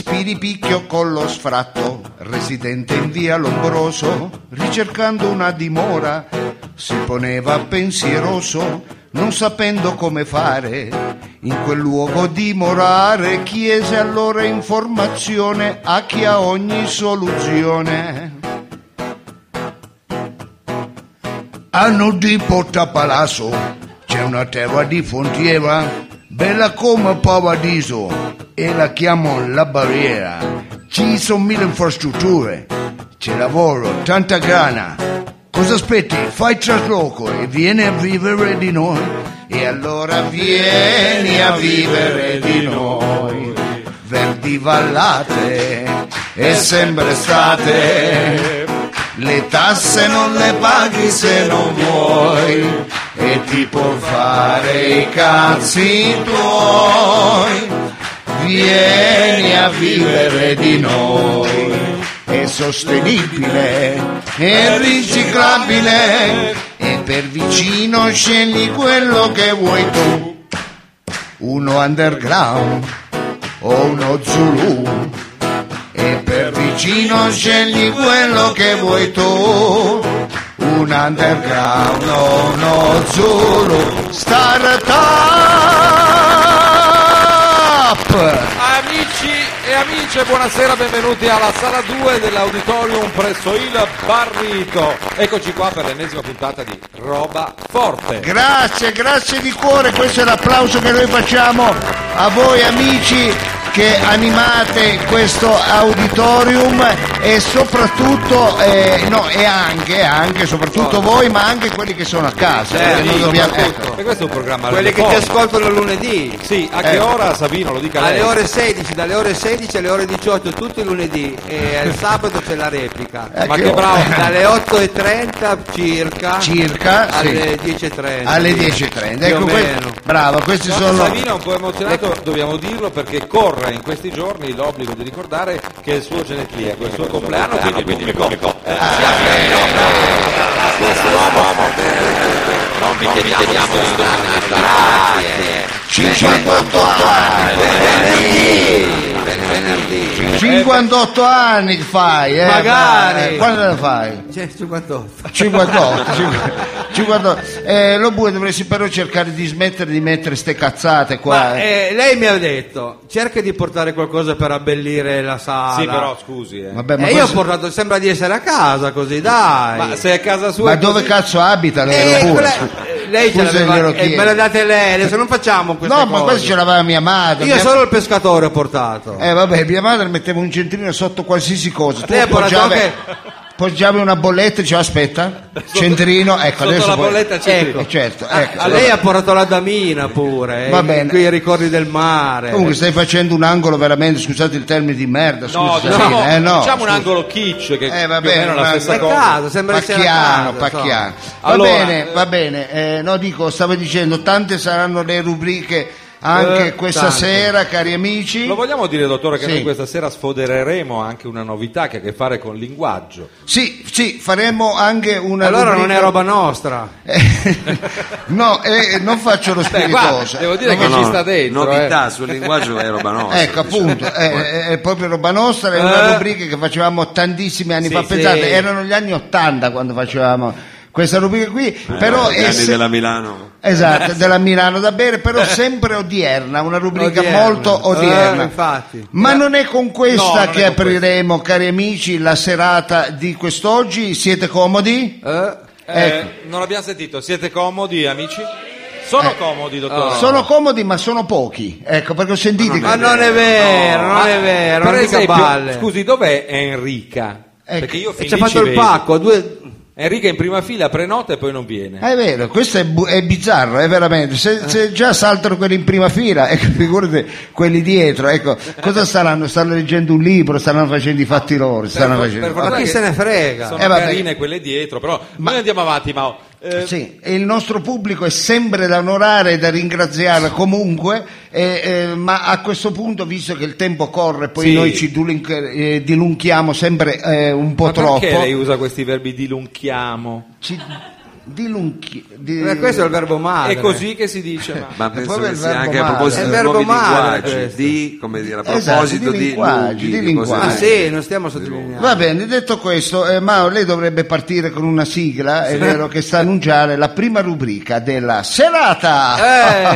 Spiripicchio con lo sfratto, residente in via Lombroso, ricercando una dimora, si poneva pensieroso, non sapendo come fare, in quel luogo dimorare, chiese allora informazione a chi ha ogni soluzione. A nord di Porta Palazzo c'è una terra di fontiera, bella come paradiso, e la chiamo la barriera. Ci sono 1000 infrastrutture, c'è lavoro, tanta grana. Cosa aspetti? Fai trasloco e vieni a vivere di noi. E allora vieni a vivere di noi. Verdi vallate e sempre estate, le tasse non le paghi se non vuoi, e ti può fare i cazzi tuoi. Vieni a vivere di noi, è sostenibile, è riciclabile, e per vicino scegli quello che vuoi tu, uno underground o uno Zulu, e per vicino scegli quello che vuoi tu, un underground o uno Zulu. Startup! Amici e amiche, buonasera, benvenuti alla sala 2 dell'Auditorium presso il Barrito. Eccoci qua per l'ennesima puntata di Roba Forte. Grazie di cuore, questo è l'applauso che noi facciamo a voi amici che animate questo auditorium, e soprattutto soprattutto voi, ma anche quelli che sono a casa. E questo è un programma quelli che ti ascoltano lunedì. Sì, a che ora, Sabino, lo dica lei? Alle ore 16, dalle ore 16 alle ore 18 tutti i lunedì, e il sabato c'è la replica. Ma che bravo! Dalle 8:30 circa alle 10:30. Alle 10:30. Ecco, bravo, questi sono. Sabino è un po' emozionato, dobbiamo dirlo, perché corre in questi giorni l'obbligo di ricordare che è il suo genetliaco, il suo compleanno, quindi pubblico. Non vi chiediamo di grazie. 58 anni. 58 anni fai, magari. Quando ne fai? 58. Lo bue, dovresti però cercare di smettere di mettere ste cazzate qua. Ma, lei mi ha detto, cerca di portare qualcosa per abbellire la sala. Sì, però scusi. Vabbè, ma io ho portato, sembra di essere a casa, così, dai. Ma se è a casa sua. Ma dove cazzo abita lei, lo bue? Lei ce l'aveva, me la date lei, adesso non facciamo queste cose. No, ma questo ce l'aveva mia madre. Io solo il pescatore ho portato. Vabbè, mia madre metteva un centrino sotto qualsiasi cosa. Tu lei ha portato anche... poggiavi una bolletta e diceva aspetta, centrino, ecco, sotto adesso la bolletta centrino. Certo, ecco. Lei ha portato la damina pure, va bene. Qui i ricordi del mare. Comunque stai facendo un angolo veramente, scusate il termine di merda, no, facciamo un angolo kitsch che va più o meno bene, la stessa cosa. Caso, sembra pacchiano. Va bene, no, dico, stavo dicendo, tante saranno le rubriche anche questa sera, cari amici. Lo vogliamo dire, dottore, che noi questa sera sfodereremo anche una novità che ha a che fare con il linguaggio. Sì, faremo anche una allora rubrica... non è roba nostra. No, non faccio lo spiritoso. Devo dire che ci sta dentro. Novità sul linguaggio è roba nostra. Ecco, appunto, è proprio roba nostra, è una rubrica che facevamo tantissimi anni fa. Pensate, erano gli anni 80 quando facevamo questa rubrica qui, però gli anni della Milano. Esatto, della Milano da bere, però sempre odierna, una rubrica molto odierna. Infatti. Ma non è con questa che apriremo, cari amici, la serata di quest'oggi. Siete comodi? Ecco. Non l'abbiamo sentito, siete comodi, amici? Sono comodi, dottore. Sono comodi, ma sono pochi. Ecco, perché ho sentito Ma non è vero, non è vero. Per esempio, scusi, dov'è Enrica? Perché io ci ha fatto il pacco, Enrica in prima fila prenota e poi non viene. È vero, questo è bizzarro, è veramente. Se già saltano quelli in prima fila, ecco, figurate quelli dietro, ecco, cosa staranno? Stanno leggendo un libro, stanno facendo i fatti loro, ma chi se ne frega? Sono carine quelle dietro, però noi andiamo avanti, Mao. Sì, e il nostro pubblico è sempre da onorare e da ringraziare comunque, ma a questo punto, visto che il tempo corre, poi noi ci dilunchiamo sempre un po' troppo. Perché lei usa questi verbi dilunchiamo? Questo è il verbo madre. È così che si dice. Ma penso poi che il sia verbo anche a madre. proposito È il di verbo nuovi madre linguaggi, questo. come dire, a Esatto, proposito di di linguaggi, lunghi, di cose linguaggi. Ah del- sì, non stiamo sottolineando. Va bene, detto questo, Mao, lei dovrebbe partire con una sigla, è vero che sta a annunciare la prima rubrica della serata.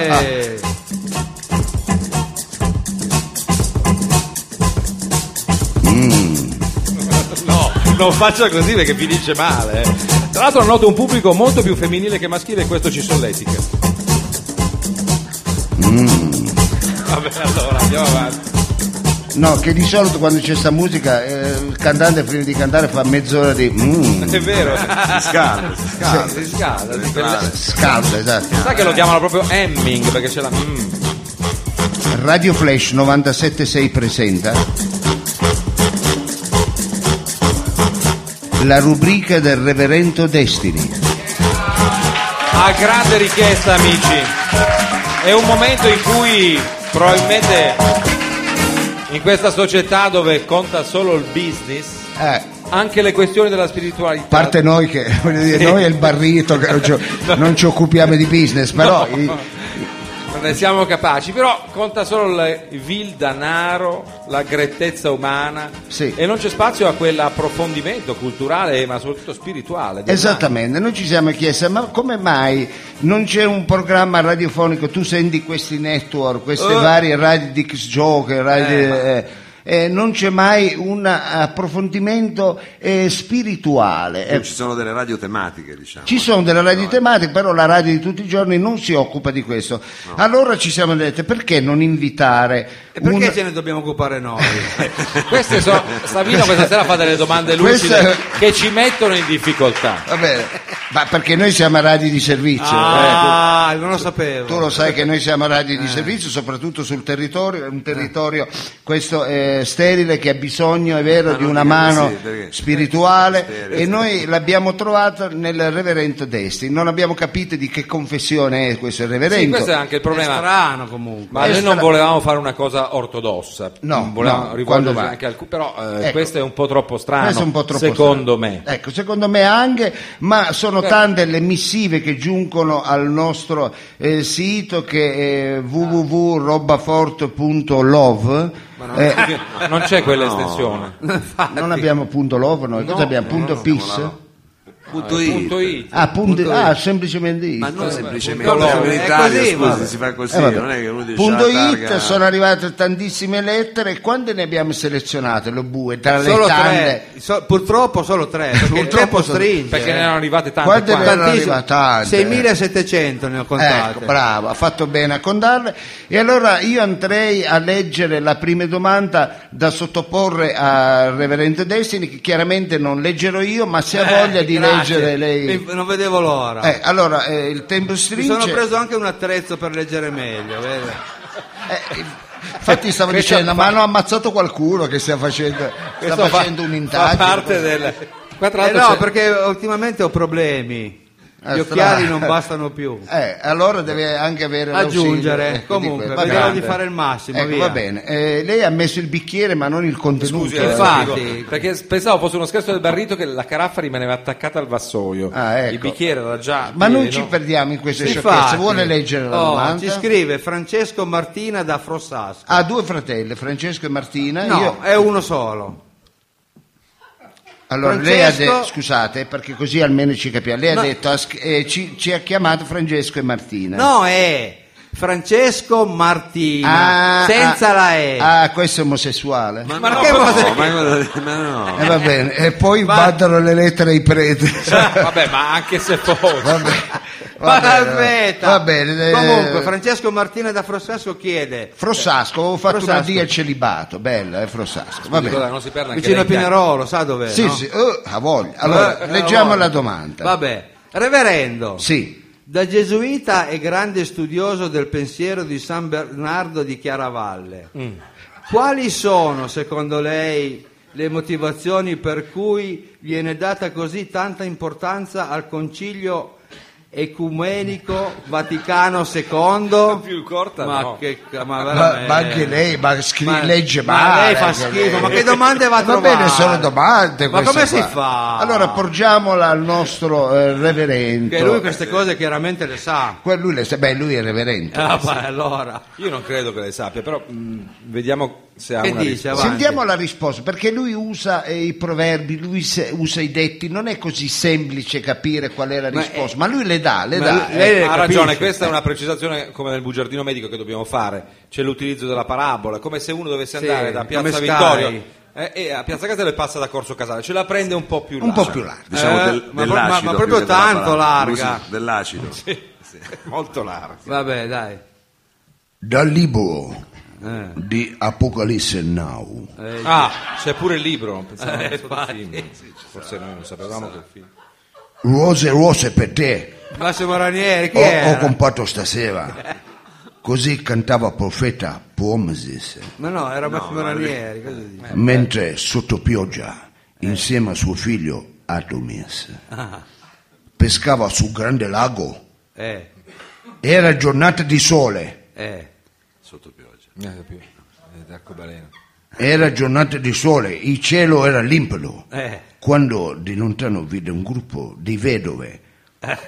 No, non faccia così perché finisce male. Tra l'altro noto un pubblico molto più femminile che maschile e questo ci solletica. Vabbè, allora andiamo avanti. No, che di solito quando c'è sta musica il cantante prima di cantare fa mezz'ora di È vero, Si scalda, si scalda. si scalda. scalda, esatto. Sai che lo chiamano proprio Hemming perché c'è la Radio Flash 97.6 presenta la rubrica del Reverendo Destiny. a grande richiesta, amici. È un momento in cui probabilmente in questa società dove conta solo il business, anche le questioni della spiritualità. A parte noi che voglio dire, noi è il barrito che non ci occupiamo di business, però non ne siamo capaci, però conta solo il vil danaro, la grettezza umana, Sì. e non c'è spazio a quell'approfondimento culturale ma soprattutto spirituale. esattamente, noi ci siamo chiesti ma come mai non c'è un programma radiofonico, tu senti questi network, queste varie radio di X-Joker, non c'è mai un approfondimento spirituale. Non ci sono delle radio tematiche, diciamo. Ci sono delle radio tematiche, però la radio di tutti i giorni non si occupa di questo. Allora ci siamo detti perché non invitare E perché ce ne dobbiamo occupare noi? Queste sono, Savino questa sera fa delle domande lucide Queste- che ci mettono in difficoltà. Va bene, ma perché noi siamo radio di servizio. Non lo sapevo. Tu lo sai che noi siamo radio di servizio, soprattutto sul territorio, è un territorio questo sterile che ha bisogno, è vero, di non una dica mano così, perché- spirituale Sterile, e noi l'abbiamo trovato nel Reverendo Destiny. Non abbiamo capito di che confessione è questo Sì, Reverendo. questo è anche il È problema. strano comunque. Ma noi non volevamo fare una cosa ortodossa, No, volevamo no, rivolgerci quando va. anche al però Ecco. questo è un po' troppo strano, Questo è un po' troppo secondo strano. me. Ecco, secondo me anche, ma sono tante le missive che giungono al nostro sito che è www.robafort.love. Non c'è quell'estensione. Non abbiamo punto .love noi, cosa abbiamo? Punto .pis? Punto it. Punto it. Semplicemente it. Ma non semplicemente, Punto siamo in it. Italia, È così, scusi, vabbè. si fa così, Vabbè. non è che uno dice Punto la it, targa- sono arrivate tantissime lettere e quante ne abbiamo selezionate lo bue tra le Solo tante? tre. Purtroppo solo tre. Perché il Purtroppo tempo solo- stringe. Perché ne erano arrivate tante. Quante qua. ne erano Tantissime. arrivate? Tante. 6.700 ne ho contate. Ecco, bravo, ha fatto bene a contarle. E allora io andrei a leggere la prima domanda da sottoporre a Reverendo Destiny, che chiaramente non leggerò io, ma se ha voglia di Grazie. leggere lei. Non vedevo l'ora. Allora, il tempo Mi stringe. sono preso anche un attrezzo per leggere meglio, vedi? Infatti stavo Questo dicendo, fa- ma hanno ammazzato qualcuno che sta facendo Questo fa un'indagine. parte del. Qua tra l'altro no, c'è- perché ultimamente ho problemi. Gli strano. occhiali non bastano più. Allora deve anche avere Aggiungere, l'ausilio, di comunque, quello. Va vediamo bene. di fare il massimo. Ecco, via. va bene. Lei ha messo il bicchiere ma non il contenuto. Scusi, Infatti. dico, perché pensavo fosse uno scherzo del Barrito che la caraffa rimaneva attaccata al vassoio. Ecco. Il bicchiere era già Ma non pieno. ci perdiamo in queste Infatti. sciocchezze. Vuole leggere la domanda? Ci scrive Francesco Martina da Frossasco. Ha due fratelli, Francesco e Martina. No, Io- è uno solo. Allora, Francesco- lei ha detto, scusate, perché così almeno ci capiamo. Lei No. ha detto, ci ha chiamato Francesco e Martina. No, è Francesco Martina, senza la E. Questo è omosessuale. Ma no, che no, cosa- ma no. Va bene, e poi mandano le lettere ai preti. Vabbè, ma anche se fosse. Ma aspetta. Va bene. Comunque, Francesco Martina da Frossasco chiede Frossasco, avevo fatto una Frossasco. dia al celibato, bella, Frossasco. Va Scusi, bene. non si perde anche vicino a lei, dai. Pinerolo, sa dov'è? Sì, no? sì, ha voglia. Allora, leggiamo la domanda. Vabbè, reverendo. Sì. Da gesuita e grande studioso del pensiero di San Bernardo di Chiaravalle, quali sono secondo lei le motivazioni per cui viene data così tanta importanza al concilio ecumenico Vaticano II. Più corta, ma no. veramente. Ma anche lei legge ma male. lei fa anche schifo, lei. ma che domande va a Va trovare? bene, sono domande Ma queste come si qua. fa? Allora porgiamola al nostro reverendo. Che lui queste cose chiaramente le sa. Lui le sa, beh, lui è reverendo. Beh, allora. Io non credo che lei sappia, però vediamo se ha Che una dice? risposta. Avanti. Sentiamo la risposta, perché lui usa i proverbi, usa i detti, non è così semplice capire qual è la risposta, ma lui le dà. lei Ha capisce. ragione, questa è una precisazione come nel bugiardino medico che dobbiamo fare, c'è l'utilizzo della parabola, come se uno dovesse Sì, andare da Piazza come Vittorio Sky. e a Piazza Castello e passa da Corso Casale, ce la prende un po' più Un larga. po' più largo. Diciamo ma dell'acido proprio più che della tanto parola. larga. L'uso dell'acido. Sì, molto larga. Vabbè, dai. Dal libro di Apocalisse Now. Ah, c'è pure il libro, non pensavo fosse il film. Forse noi non sapevamo che il film. Rose rose per te, Massimo Ranieri, chi ho era? comprato stasera. Così cantava profeta Promesis, Ma no, era Massimo Ranieri, cosa dici? mentre sotto pioggia, insieme a suo figlio Adomis, pescava sul grande lago. Era giornata di sole. Sotto pioggia. D'arcobaleno. Era giornata di sole, il cielo era limpido. Quando di lontano vide un gruppo di vedove. Ma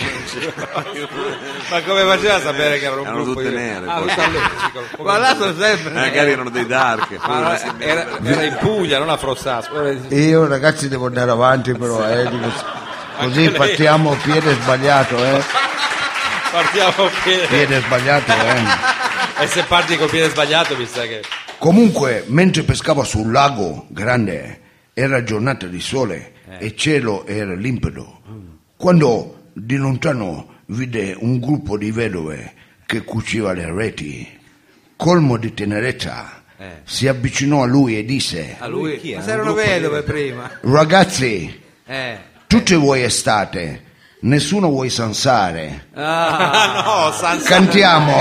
come faceva a sapere che era un Erano gruppo tutte di... nere, Ah, poi. lo sa lui. Ma là sono sempre. Magari erano dei dark. Ma no, era in Puglia, non a Frossasco. E io ragazzi devo andare avanti però, dico, così lei. partiamo piede sbagliato, Partiamo piede sbagliato, E se parti col piede sbagliato mi sa che... Comunque, mentre pescava sul lago grande, era giornata di sole e il cielo era limpido. Quando di lontano vide un gruppo di vedove che cuciva le reti, colmo di tenerezza, si avvicinò a lui e disse: A lui? Chi è? Ma Un se erano gruppo di vedove prima. ragazzi, tutti voi estate, nessuno vuoi sansare. Ah no, San Cantiamo.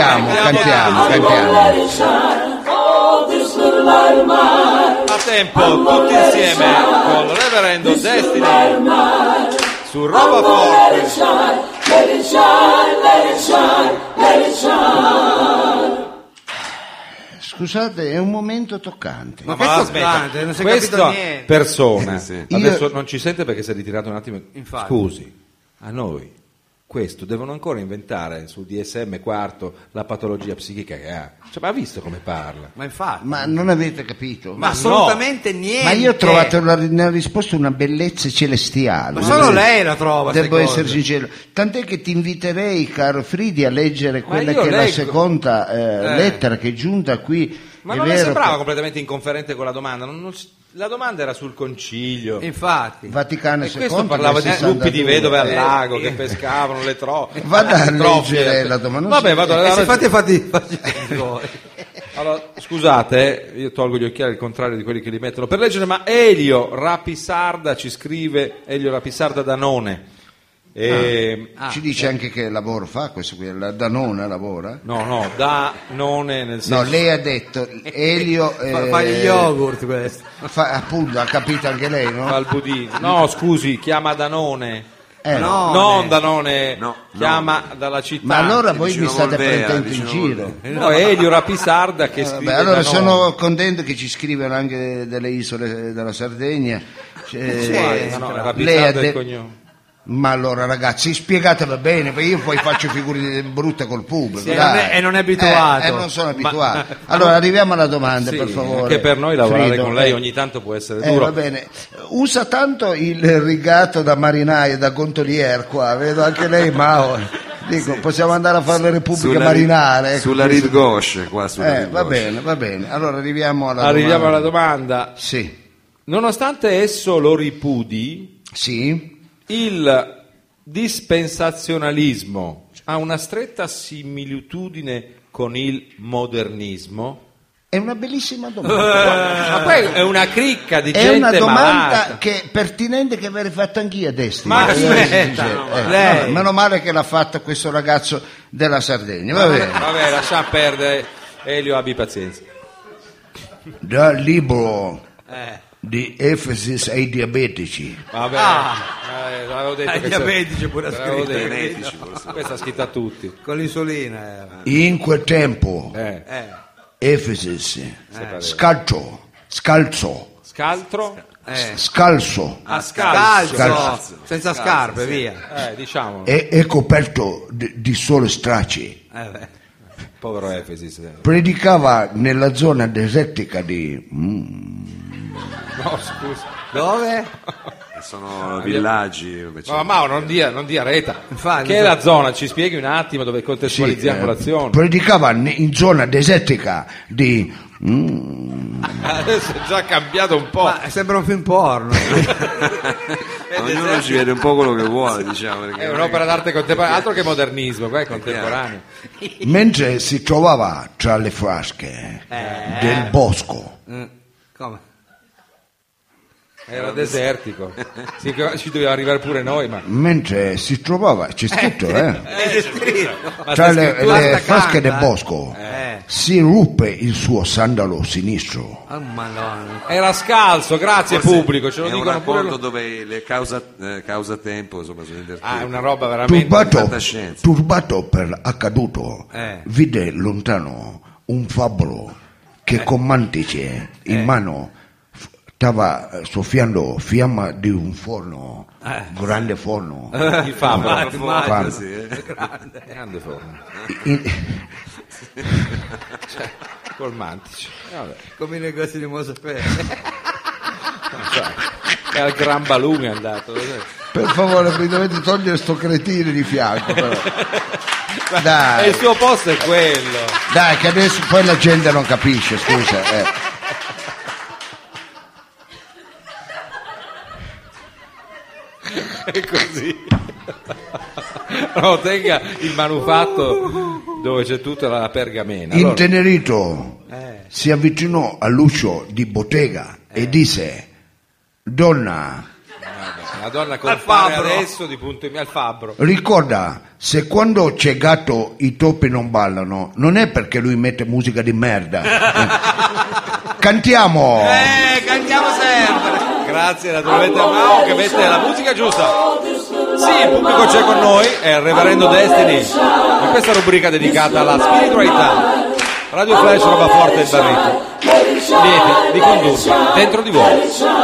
a tempo, tutti insieme con il reverendo Destiny su Roba Forte. Scusate, è un momento toccante. Ma che toccante, non si è questa capito niente. persona Sì. adesso non ci sente perché si è ritirato un attimo. Infatti. Scusi, a noi questo devono ancora inventare sul DSM quarto la patologia psichica che ha. Cioè, ma ha visto come parla? Ma infatti. Ma non avete capito? Ma assolutamente niente. Ma io ho trovato nella risposta una bellezza celestiale. Ma solo lei la trova. Devo ste essere cose. sincero, tant'è che ti inviterei, caro Fridi, a leggere quella io che è la leggo. seconda lettera che è giunta qui. Ma È non le vero sembrava che completamente inconferente con la domanda? La domanda era sul concilio. Infatti. Vaticano E II questo parlava di 62. gruppi di vedove al lago che pescavano le trofie. Vada a leggere la domanda. Non Vabbè, si- vado E se a fate voi. Allora, scusate, io tolgo gli occhiali al contrario di quelli che li mettono per leggere, ma Elio Rapisarda ci scrive, Elio Rapisarda Danone. Ci dice anche che lavoro fa questo qui, la Danone lavora? No, Danone nel senso... No, lei ha detto Elio Fa gli yogurt questo. appunto, ha capito anche lei, no? Fa il budino. No, scusi, chiama Danone. No, Non Danone, No, chiama dalla città. Ma allora voi vicino mi state Volvea, prendendo in vicino giro. No, Elio Rapisarda che scrive Beh, allora Danone. sono contento che ci scrivono anche delle isole della Sardegna. No, lei ha Rapisarda è il detto, cognome. ma allora ragazzi spiegatelo bene, perché io poi faccio figure brutte col pubblico. Sì, dai. non è abituato. Non sono abituato. Allora arriviamo alla domanda, Sì, per favore. anche per noi lavorare Frido, con lei ogni tanto può essere duro. va bene. Usa tanto il rigato da marinaio, da gondolier qua, vedo anche lei Mao. Dico, possiamo andare a fare le repubbliche marinare. ecco. Sulla rive gauche, qua sulla rive Va gauche. bene, va bene. Allora arriviamo alla Arriviamo domanda. alla domanda. Sì. Nonostante esso lo ripudi, Sì. il dispensazionalismo ha una stretta similitudine con il modernismo. È una bellissima domanda. Ma poi è una cricca di È gente una domanda malata. che pertinente che avrei fatto anch'io a destra. Ma aspetta, lei. meno male che l'ha fatta questo ragazzo della Sardegna. Va bene. Vabbè, lasciamo perdere. Elio, abbi pazienza. Dal libro di Efesis ai diabetici. Vabbè, l'avevo detto ai che diabetici pure ha l'avevo scritto. detto. Questa è scritta a tutti. Con l'insulina era. In quel tempo Efesis scalzo Scaltro? scalzo Scalzo, senza scarpe, via. Diciamo. è coperto di sole stracci. Povero Efesis. Predicava nella zona desertica di No, scusa. Dove? Sono villaggi. dove c'è- No, ma non dia reta. Infatti, Che è la zona? Ci spieghi un attimo dove contestualizziamo l'azione? predicava in zona desertica di Adesso è già cambiato un po'. Ma sembra un film porno. Ognuno ci vede un po' quello che vuole, diciamo. Perché È un'opera d'arte contemporanea, altro che modernismo, qua è contemporaneo. mentre si trovava tra le frasche del bosco. Come? Era desertico. Sì, ci doveva arrivare pure noi, ma Mentre si trovava, c'è scritto, ma tra sta le scrittura- Guarda, frasche del canta. bosco si ruppe il suo sandalo sinistro. Oh, Madonna. era scalzo, grazie forse pubblico, ce lo è un dicono pure racconto loro. dove le causa tempo, insomma, sono invertite. È una roba veramente fantascienza. Turbato per accaduto, Eh. vide lontano un fabbro che con mantice in mano stava soffiando fiamma di un forno, grande forno. il fabbro. Fanno. Sì, Grande forno. In- Col mantice. Vabbè. Come i negozi di Mosafè. È al Gran Balloon è andato. per favore, mi dovete togliere sto cretino di fianco. Però. E Dai, il suo posto è quello. dai, che adesso poi la gente non capisce, scusa. È così. No, tenga il manufatto dove c'è tutta la pergamena. Allora, Intenerito si avvicinò all'uscio di bottega e disse: Donna, la donna compare adesso di punto in al fabbro. ricorda, se quando c'è gatto i topi non ballano, non è perché lui mette musica di merda. Cantiamo! Cantiamo sempre. Grazie naturalmente a Mao che mette la musica giusta. Sì, il pubblico c'è con noi, è il Reverendo Destiny in questa rubrica dedicata alla spiritualità. Radio Flash, roba forte e barrito. Lieti di condurvi dentro di voi.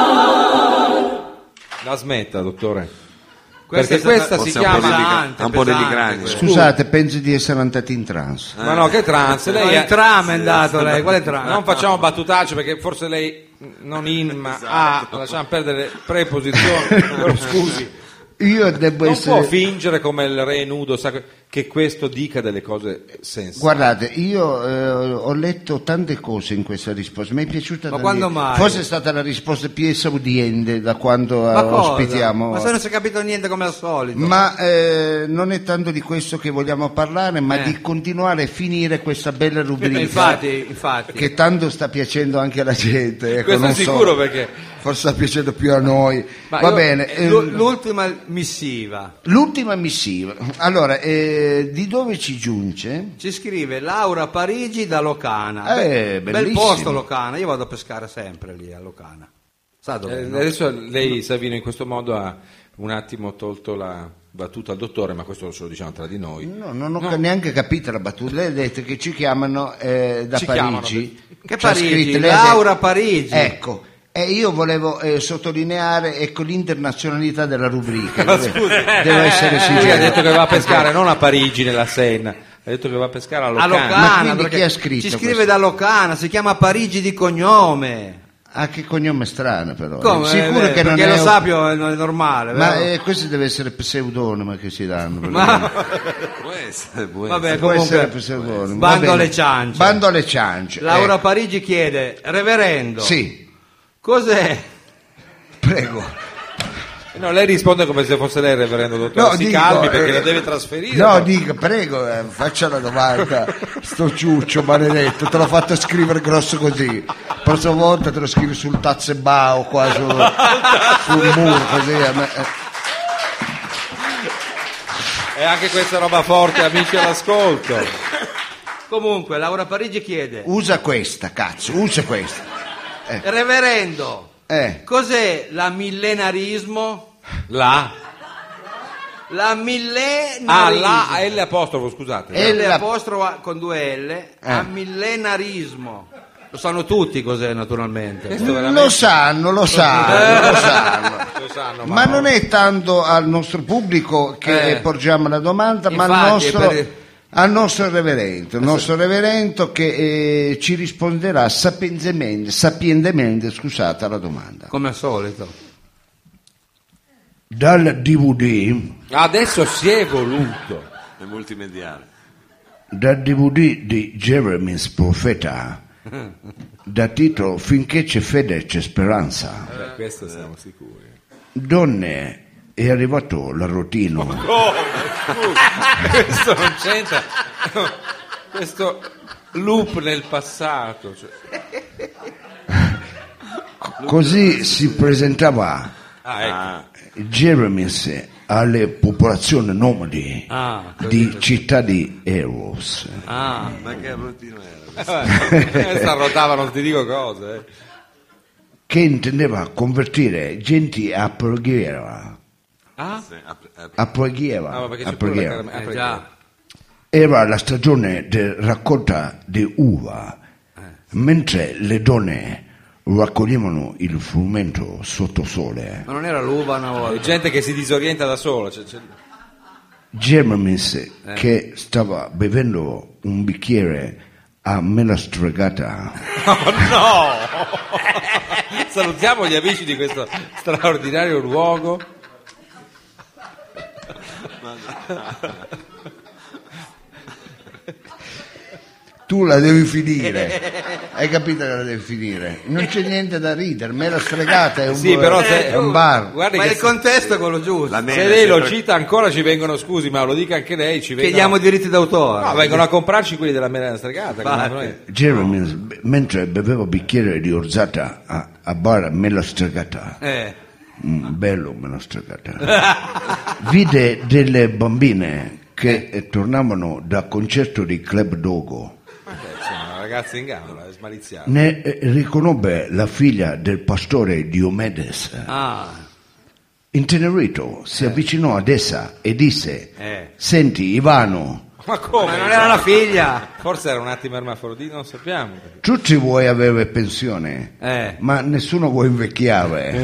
La smetta, dottore. Perché questa si Forse è un po' chiama... ha un po' di grani. Scusate, penso di essere andati in trance. Ma no, che trance, lei Il è... tram è andato lei, quale tram? Non facciamo battutacce perché forse lei non in ma a, lasciamo perdere le preposizioni. Però scusi, Io devo non essere. può fingere come il re nudo che questo dica delle cose sensate. Guardate, io ho letto tante cose in questa risposta, mi è piaciuta. Ma quando mai? Forse è stata la risposta più esaudiente da quando Ma cosa? ospitiamo. Ma se non si è capito niente come al solito. Ma non è tanto di questo che vogliamo parlare, ma di continuare a finire questa bella rubrica. Infatti. Che tanto sta piacendo anche alla gente. Ecco, Questo è non so, sicuro perché forse sta piacendo più a noi. Ma Va io- bene. L'ultima missiva. L'ultima missiva. Allora, di dove ci giunge? Ci scrive Laura Parigi da Locana. Bel bellissimo. posto Locana, io vado a pescare sempre lì a Locana. Sa dove? no? adesso lei Savino in questo modo ha un attimo tolto la battuta al dottore, ma questo ce lo diciamo tra di noi. No, non ho neanche capito la battuta. Lei ha detto che ci chiamano da Ci Parigi. Che C'ha Parigi? scritto, lei ha Laura detto- Parigi. Ecco. E io volevo sottolineare l'internazionalità della rubrica. Devo essere Lui ha sincero. detto che va a pescare non a Parigi nella Senna, ha detto che va a pescare a A Locana. Locana. Ma quindi perché chi ha scritto Ci scrive questo? da Locana, si chiama Parigi di cognome. Ah, che cognome strano però. Come? Sicuro che non perché è lo Sapio non è normale, Ma vero? questo deve essere pseudonimo che si danno. perché- Può essere, può Vabbè, essere. Può essere comunque, pseudonimo. bando Va bene. alle ciance. Bando alle ciance. Laura Parigi chiede, reverendo, Sì, cos'è? prego. No, lei risponde come se fosse lei il reverendo dottore. Si dico, calmi perché la deve trasferire. No, poi. dico, prego, faccia la domanda. Sto ciuccio maledetto, te l'ho fatto scrivere grosso così. Prossima volta te lo scrivi sul tazzebao qua sul muro così. E anche questa roba forte, amici all'ascolto. Comunque, Laura Parigi chiede, Usa questa, cazzo, usa questa. reverendo, Cos'è la millenarismo? La millenarismo. L apostrofo, scusate. L apostrofo con 2 L. A millenarismo. Lo sanno tutti cos'è, naturalmente. Questo veramente... Lo sanno. Lo sanno, Ma non è tanto al nostro pubblico che porgiamo la domanda, ma Infatti, al nostro reverendo. Il nostro reverendo che ci risponderà sapientemente, scusate, alla domanda. Come al solito. Dal DVD... Adesso si è evoluto. È multimediale. Dal DVD di Jeremy's Profeta, da titolo Finché c'è fede c'è speranza. Questo siamo sicuri. Donne, è arrivato l'arrotino. Come? Scusa, questo non c'entra. Questo loop nel passato. Così si presentava Jeremy's alle popolazioni nomadi di città di Eros. Ma che arrotino era? Questa arrotava, non ti dico cose. Che intendeva convertire gente a preghiera. Sì, A preghiera. Ah, ma perché A c'è pure preghiera. la Già. Era la stagione della raccolta di uva, mentre le donne raccoglievano il frumento sotto sole. Ma non era l'uva una C'è volta? gente che si disorienta da sola. Jeremy's che stava bevendo un bicchiere a mela stregata. Oh no! Salutiamo gli amici di questo straordinario luogo. Tu la devi finire, hai capito che la devi finire? Non c'è niente da ridere, mela stregata è un, Sì, però se- è un bar. Guardi Ma che il contesto è quello giusto. La se mela lei lo sempre- cita ancora ci vengono scusi, ma lo dica anche lei, ci vengono... Chiediamo diritti d'autore. No, vengono a comprarci quelli della mela stregata. Infatti. come noi. Jeremy, mentre beveva bicchiere di orzata a bar mela stregata, bello mela stregata, vide delle bambine che tornavano dal concerto di Club Dogo. Sono ragazzi in gamba, smaliziati. Ne riconobbe la figlia del pastore Diomedes. Intenerito si avvicinò ad essa e disse: senti Ivano, Ma come? Ma non era la figlia. Forse era un attimo ermafrodito, non sappiamo. tutti vuoi avere pensione, ma nessuno vuoi invecchiare.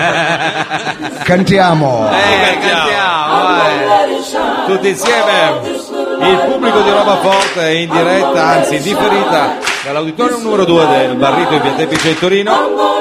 Cantiamo. Cantiamo, vai. Tutti insieme. Il pubblico di Roba Forte è in diretta, anzi in differita, dall'auditorium numero 2 del Barrito in via Tepice in Torino.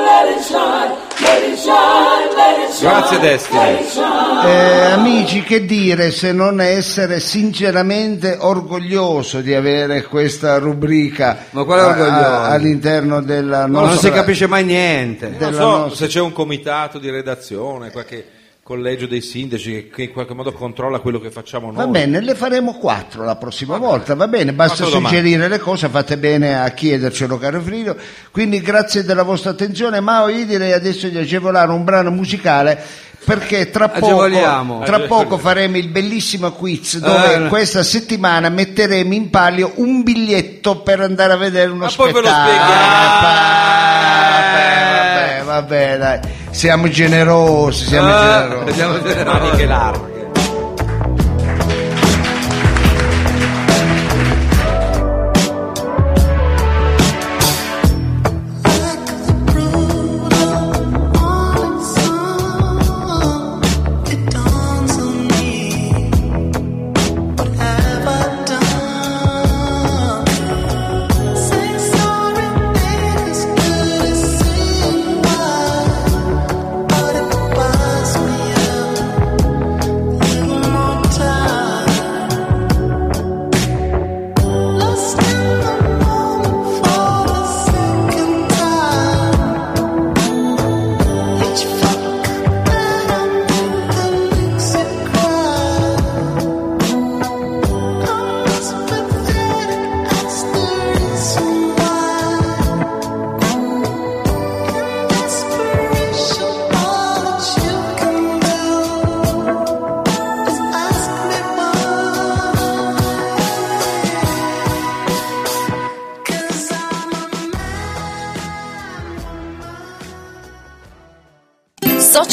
Grazie Destiny. Amici, che dire se non essere sinceramente orgoglioso di avere questa rubrica Ma quale orgoglioso? all'interno della nostra... Non si capisce mai niente. Non della so nostra- se c'è un comitato di redazione, qualche collegio dei sindaci che in qualche modo controlla quello che facciamo noi. Va bene, le faremo 4 la prossima volta, va bene, basta 4 domande. suggerire le cose, fate bene a chiedercelo, caro Frido. Quindi grazie della vostra attenzione, ma io direi adesso di agevolare un brano musicale, perché tra Agevoliamo. poco faremo il bellissimo quiz dove questa settimana metteremo in palio un biglietto per andare a vedere uno Ma poi ve spettacolo. lo spieghiamo. Vabbè, dai, siamo generosi, generosi. Maniche larghe.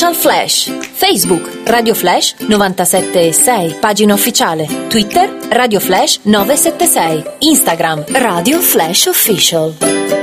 Social Flash. Facebook Radio Flash 97.6, pagina ufficiale. Twitter Radio Flash 976. Instagram Radio Flash Official.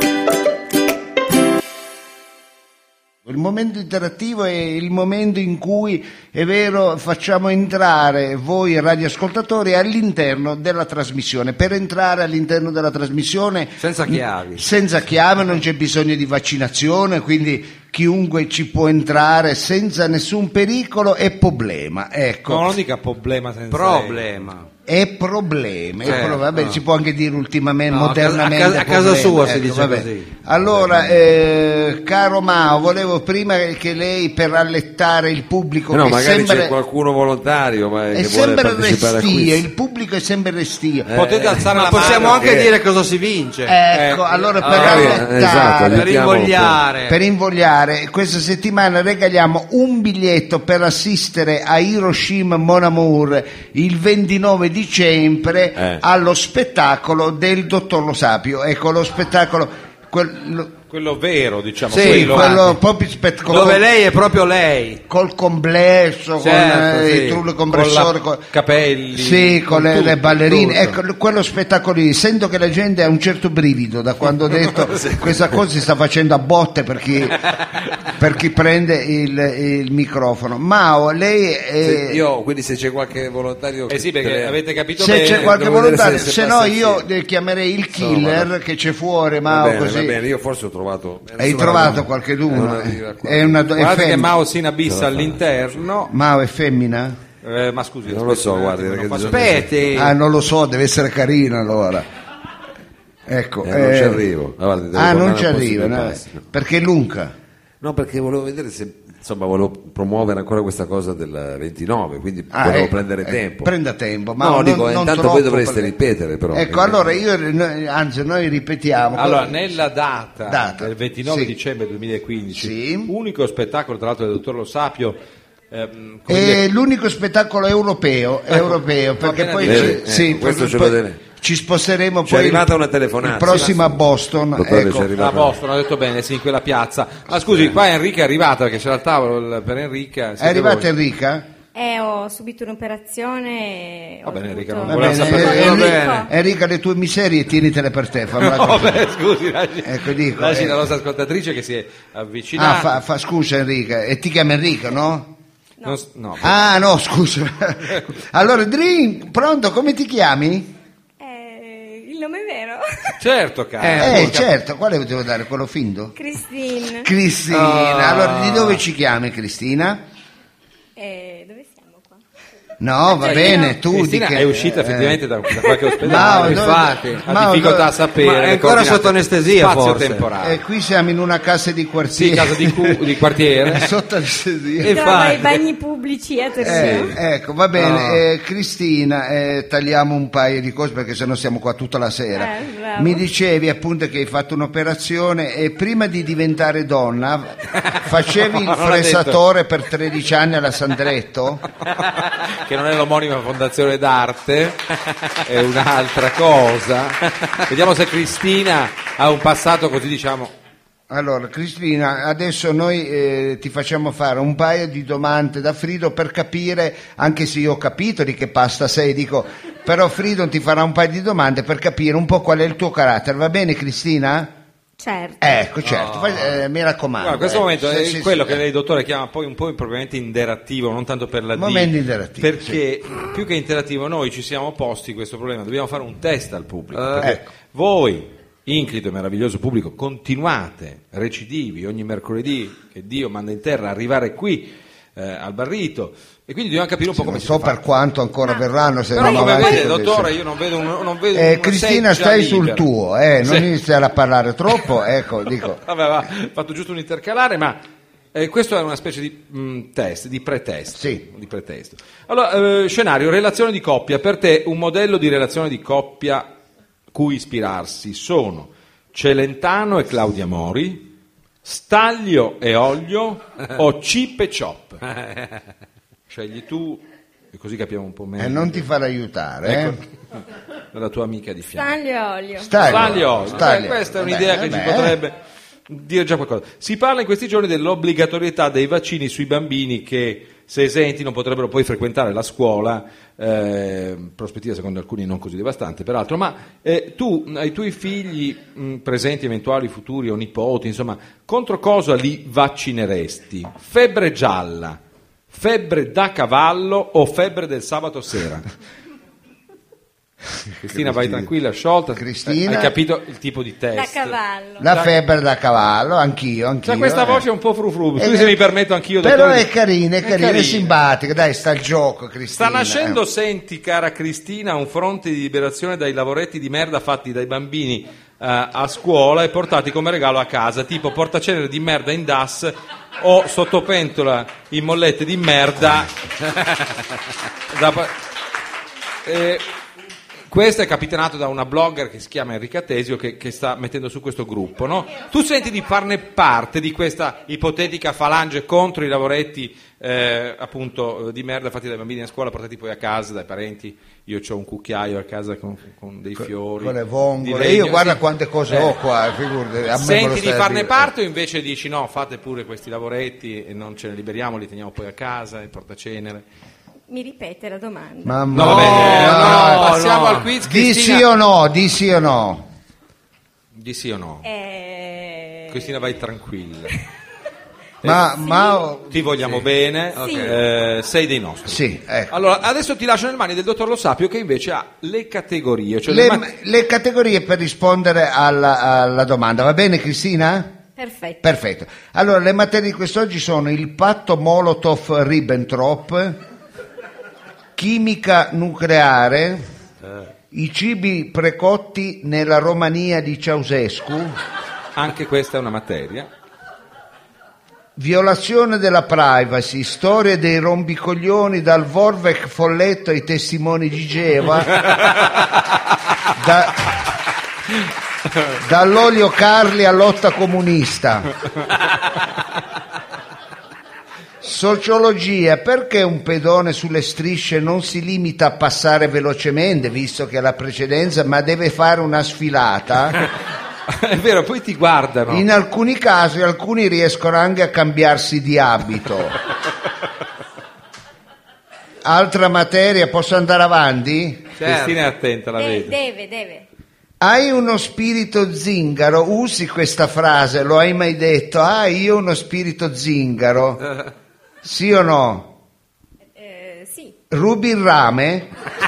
Il momento interattivo è il momento in cui, è vero, facciamo entrare voi radioascoltatori all'interno della trasmissione. Per entrare all'interno della trasmissione Senza chiavi. senza chiave, non c'è bisogno di vaccinazione, quindi chiunque ci può entrare senza nessun pericolo e problema. Ecco. No, non dica problema senza Problema. E problemi, Certo. Vabbè, si può anche dire ultimamente, No, modernamente a casa problemi. sua si Ecco, dice vabbè. così. Allora, caro Mao, volevo prima che lei, per allettare il pubblico, No, che magari sempre, c'è qualcuno volontario è ma che vuole sempre partecipare a restio, quiz. il pubblico è sempre restio. Potete alzare Ma la possiamo mano. anche dire cosa si vince. Ecco, allora per allettare, esatto, Per aiutiamo invogliare. per invogliare, questa settimana regaliamo un biglietto per assistere a Hiroshima Mon Amour il 29 dicembre allo spettacolo del dottor Lo Sapio. Ecco, lo spettacolo Quello vero, diciamo. sì, quello infatti. proprio Dove lei è proprio lei. col complesso, Certo, con sì. i trulli compressori, Con capelli, sì, con con le tutto, ballerine. tutto. Ecco, quello spettacolo lì, sento che la gente ha un certo brivido da quando ho detto questa cosa si sta facendo a botte per chi prende il microfono. Mao, lei Io, quindi se c'è qualche volontario sì, perché avete capito se bene. c'è qualche devo vedere volontario, se se no passa io insieme. chiamerei il killer che c'è fuori, Mao, così. va bene, io forse ho trovato. Hai trovato qualcheduno? Non arriva qua. È una è Guardate che femmina. Mao si inabissa all'interno. Mao è femmina? Ma scusi, Non lo so, guardi, non perché faccio- bisogna- Aspetti. Ah, non lo so, deve essere carina allora. Ecco. non ci arrivo. Ah, guardi, devo non tornare ci un po' arriva, sui no, passi. perché è lunga. No, perché volevo vedere se, insomma, volevo promuovere ancora questa cosa del 29, quindi Ah, volevo ecco, prendere tempo. Prenda tempo, ma No, non, dico, non intanto troppo, voi dovreste perché- ripetere, però. Ecco, allora noi ripetiamo. Allora, nella data del 29 sì. dicembre 2015, Sì. unico spettacolo tra l'altro del dottor Lo Sapio, come È dire, l'unico spettacolo europeo, perché bene poi a dire. sì, Questo ce poi lo deve- ci sposteremo Ci è poi arrivata una telefonata. il prossimo a Boston. Dottore, Ecco. ci è arrivata- a Boston, ho detto bene, sì, in quella piazza. Ma scusi, qua Enrica è arrivata perché c'era il tavolo per Enrica. È arrivata voi? Enrica? Ho subito un'operazione e Va ho bene, Enrica, dovuto- non voleva bene, sapere. Va Enrica, Enrica, le tue miserie tienitele per te. fammela No, così. beh, scusi, Ecco, dico, lasci la nostra ascoltatrice che si è avvicinata. Scusa Enrica, e ti chiami Enrica, no? No. Ah no, scusa. Allora, Dream, pronto, come ti chiami? Il nome è vero? Certo, caro. Certo, quale devo dare? Quello finto? Christine. Cristina, allora di dove ci chiami Cristina? Dove siamo qua? No, va bene, tu Cristina di che è uscita effettivamente da qualche No, ospedale, no, infatti, no, ha difficoltà no, a sapere. ma è le ancora coordinate sotto anestesia, spazio forse. temporale. qui siamo in una casa di Sì, quartiere. casa di quartiere. Sotto anestesia. E Trova infatti. i bagni pubblici a Torino. Ecco, va bene. Cristina, tagliamo un paio di cose perché sennò siamo qua tutta la sera. Bravo. Mi dicevi appunto che hai fatto un'operazione e prima di diventare donna facevi il Non l'ha fresatore per 13 anni alla Sandretto? Che non è l'omonima fondazione d'arte, è un'altra cosa. Vediamo se Cristina ha un passato così, diciamo. Allora, Cristina, adesso noi ti facciamo fare un paio di domande da Frido per capire, anche se io ho capito di che pasta sei, dico, però Frido ti farà un paio di domande per capire un po' qual è il tuo carattere, va bene Cristina? Certo. Ecco, certo, mi raccomando. Guarda, questo momento è Sì, quello sì, che lei, dottore, chiama poi un po' impropriamente interattivo, non tanto per la D, Momento interattivo, perché più che interattivo noi ci siamo posti questo problema, dobbiamo fare un test al pubblico, perché ecco. voi, inclito e meraviglioso pubblico, continuate recidivi ogni mercoledì che Dio manda in terra arrivare qui al Barrito, e quindi dobbiamo capire un po' come non si so fa. per quanto ancora verranno, se Però non come avanti vede, così, dottore, sì. io non vedo una Cristina, seggia stai sul libera. tuo, non Sì. iniziare a parlare troppo, ecco, dico. Vabbè, va, fatto giusto un intercalare, ma questo è una specie di test, di pretesto. Sì. Di pretesto. Allora, scenario, relazione di coppia. Per te un modello di relazione di coppia cui ispirarsi sono Celentano e Claudia Mori, Staglio e Olio o Chip e Chop? Scegli tu, e così capiamo un po' meglio. Non ti far aiutare, Ecco, la tua amica di fianco. Staglio e olio. Staglio. Staglio. Questa è un'idea che ci potrebbe dire già qualcosa. Si parla in questi giorni dell'obbligatorietà dei vaccini sui bambini che, se esenti, non potrebbero poi frequentare la scuola, prospettiva secondo alcuni non così devastante peraltro, ma tu ai tuoi figli presenti, eventuali, futuri o nipoti, insomma, contro cosa li vaccineresti? Febbre gialla, febbre da cavallo o febbre del sabato sera? Cristina, vai tranquilla, sciolta. Cristina? Hai capito il tipo di test? Da cavallo. La febbre da cavallo, anch'io. C'è questa voce un po' frufru, se mi permetto anch'io. Però dottore, è carina, è simpatica, dai, sta il gioco, sta Cristina. nascendo, senti cara Cristina, un fronte di liberazione dai lavoretti di merda fatti dai bambini a scuola e portati come regalo a casa, tipo portacenere di merda in DAS o sottopentola in mollette di merda. Questo è capitanato da una blogger che si chiama Enrica Tesio che sta mettendo su questo gruppo, no? Tu senti di farne parte di questa ipotetica falange contro i lavoretti appunto di merda fatti dai bambini a scuola, portati poi a casa dai parenti? Io ho un cucchiaio a casa con dei fiori, con le vongole, di legno, io guarda sì. quante cose ho qua, figurati, a me me lo Senti stai di a farne dire. parte o invece dici no, fate pure questi lavoretti e non ce ne liberiamo, li teniamo poi a casa, il portacenere? Mi ripete la domanda. Mamma No, mia, no, passiamo al quiz. Di Cristina. sì o no, di sì o no. Di sì o no? Cristina, vai tranquilla. Ma Ti vogliamo bene, Sì. sei dei nostri. sì, ecco. Allora, adesso ti lascio nelle mani del dottor Lo Sapio che invece ha le categorie. Cioè Le categorie per rispondere alla domanda, va bene Cristina? Perfetto. Perfetto. Allora, le materie di quest'oggi sono il patto Molotov-Ribbentrop, chimica nucleare, i cibi precotti nella Romania di Ceausescu, Anche questa è una materia. violazione della privacy, storia dei rompicoglioni dal Vorvec Folletto ai testimoni di Geova, dall'olio Carli a lotta comunista. Sociologia, perché un pedone sulle strisce non si limita a passare velocemente, visto che ha la precedenza, ma deve fare una sfilata? È vero, poi ti guardano. In alcuni casi alcuni riescono anche a cambiarsi di abito. Altra materia, posso andare avanti? Cristina è attenta, la vedo. Deve. Hai uno spirito zingaro? Usi questa frase, lo hai mai detto? Ah, io ho uno spirito zingaro. Sì o no? Sì. Rubi il rame?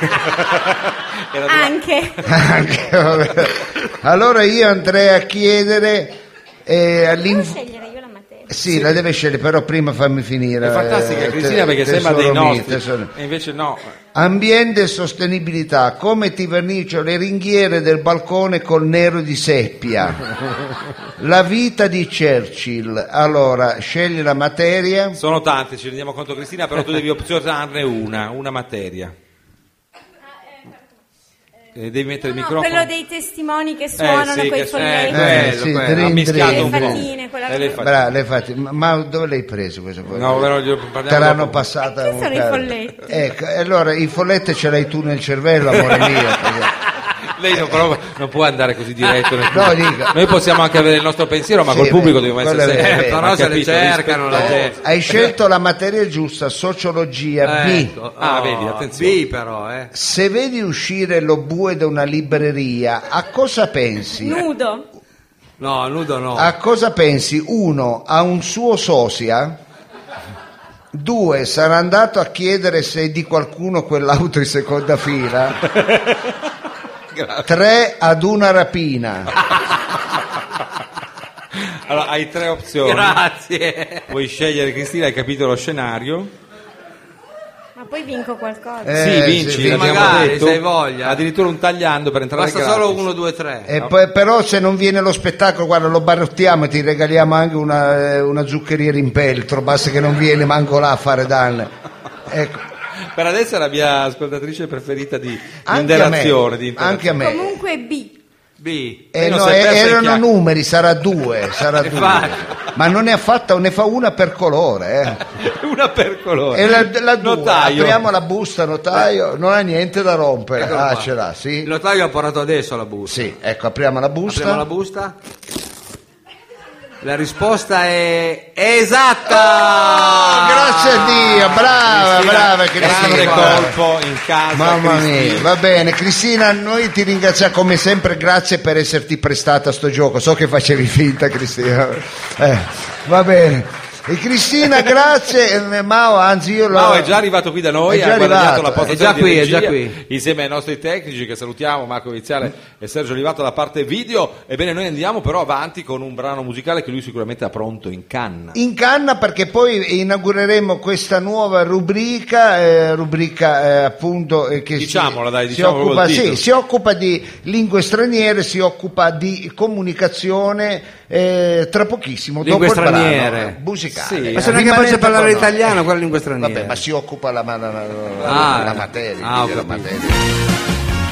Anche. Anche, vabbè. Allora io andrei a chiedere Devo scegliere io la materia. sì, la deve scegliere, però prima fammi finire. È fantastica Cristina perché sembra dei nostri e invece no. Ambiente e sostenibilità, come ti vernicio le ringhiere del balcone col nero di seppia. La vita di Churchill. Allora, scegli la materia. Sono tante, ci rendiamo conto Cristina, però tu devi opzionarne una materia. Devi mettere il microfono. Quello dei testimoni che suonano sì, coi che- folletti. sì, ha drin, mischiato drin, un po'. drin. Fatine, quella Le cosa. fatine. Le fate. Ma dove l'hai preso questo? No, però parliamo Te l'hanno dopo. passata. Che sono i folletti? Ecco, e allora i folletti ce l'hai tu nel cervello, amore mio. perché- Lei però non può andare così diretto nel No, pubblico. dica. Noi possiamo anche avere il nostro pensiero, ma Sì, col pubblico vero, dobbiamo quello essere è vero. seri. Però se le capito? cercano la gente. Hai scelto la materia giusta, sociologia B. Ecco. Ah, vedi, attenzione. B però, Se vedi uscire lo bue da una libreria, a cosa pensi? Nudo. No, nudo no. A cosa pensi? 1. A un suo sosia. 2. Sarà andato a chiedere se è di qualcuno quell'auto in seconda fila. 3. Ad una rapina. Allora, hai tre opzioni. Grazie. Puoi scegliere, Cristina, hai capito lo scenario? Ma poi vinco qualcosa. Sì, vinci, sì, l'abbiamo magari, detto. se hai voglia. Addirittura un tagliando per entrare Basta gratis. solo 1, 2, 3. E poi, però se non viene lo spettacolo, guarda, lo barottiamo e ti regaliamo anche una zuccheriera in peltro, basta che non viene manco là a fare danni. Ecco. Per adesso è la mia ascoltatrice preferita di Anche a me, interazione. Di anche a me. Comunque B. B. non No, si è persa in erano chiacchiere. numeri, sarà 2, Infatti. ma non ne ha fatta, ne fa una per colore. Una per colore. E la 2, Notaio. apriamo la busta, notaio, non ha niente da rompere. Eccolo Ah, qua. ce l'ha, sì. Il notaio ha portato adesso la busta. Sì, ecco, apriamo la busta. Apriamo la busta. La risposta è esatta! Grazie a Dio, brava Grande Cristina. colpo in casa. Mamma mia, Cristina. va bene Cristina, noi ti ringraziamo come sempre, grazie per esserti prestata a sto gioco, so che facevi finta Cristina, va bene. E Cristina, grazie, Mao, anzi io Mao è già arrivato qui da noi, È già ha guadagnato arrivato, la è postazione già qui, di è già regia, qui. insieme ai nostri tecnici che salutiamo, Marco Viziale e Sergio Olivato, la parte video. Ebbene, noi andiamo però avanti con un brano musicale che lui sicuramente ha pronto in canna. in canna, perché poi inaugureremo questa nuova rubrica, appunto che Diciamola, dai, si diciamolo occupa, col titolo. si occupa di lingue straniere, si occupa di comunicazione, tra pochissimo Lingue dopo il straniere. brano musicale. Sì. Ma se non è Rimanete capace di parlare con noi. italiano, quella lingua straniera. Vabbè, ma si occupa la materia, ho quindi la capito. materia.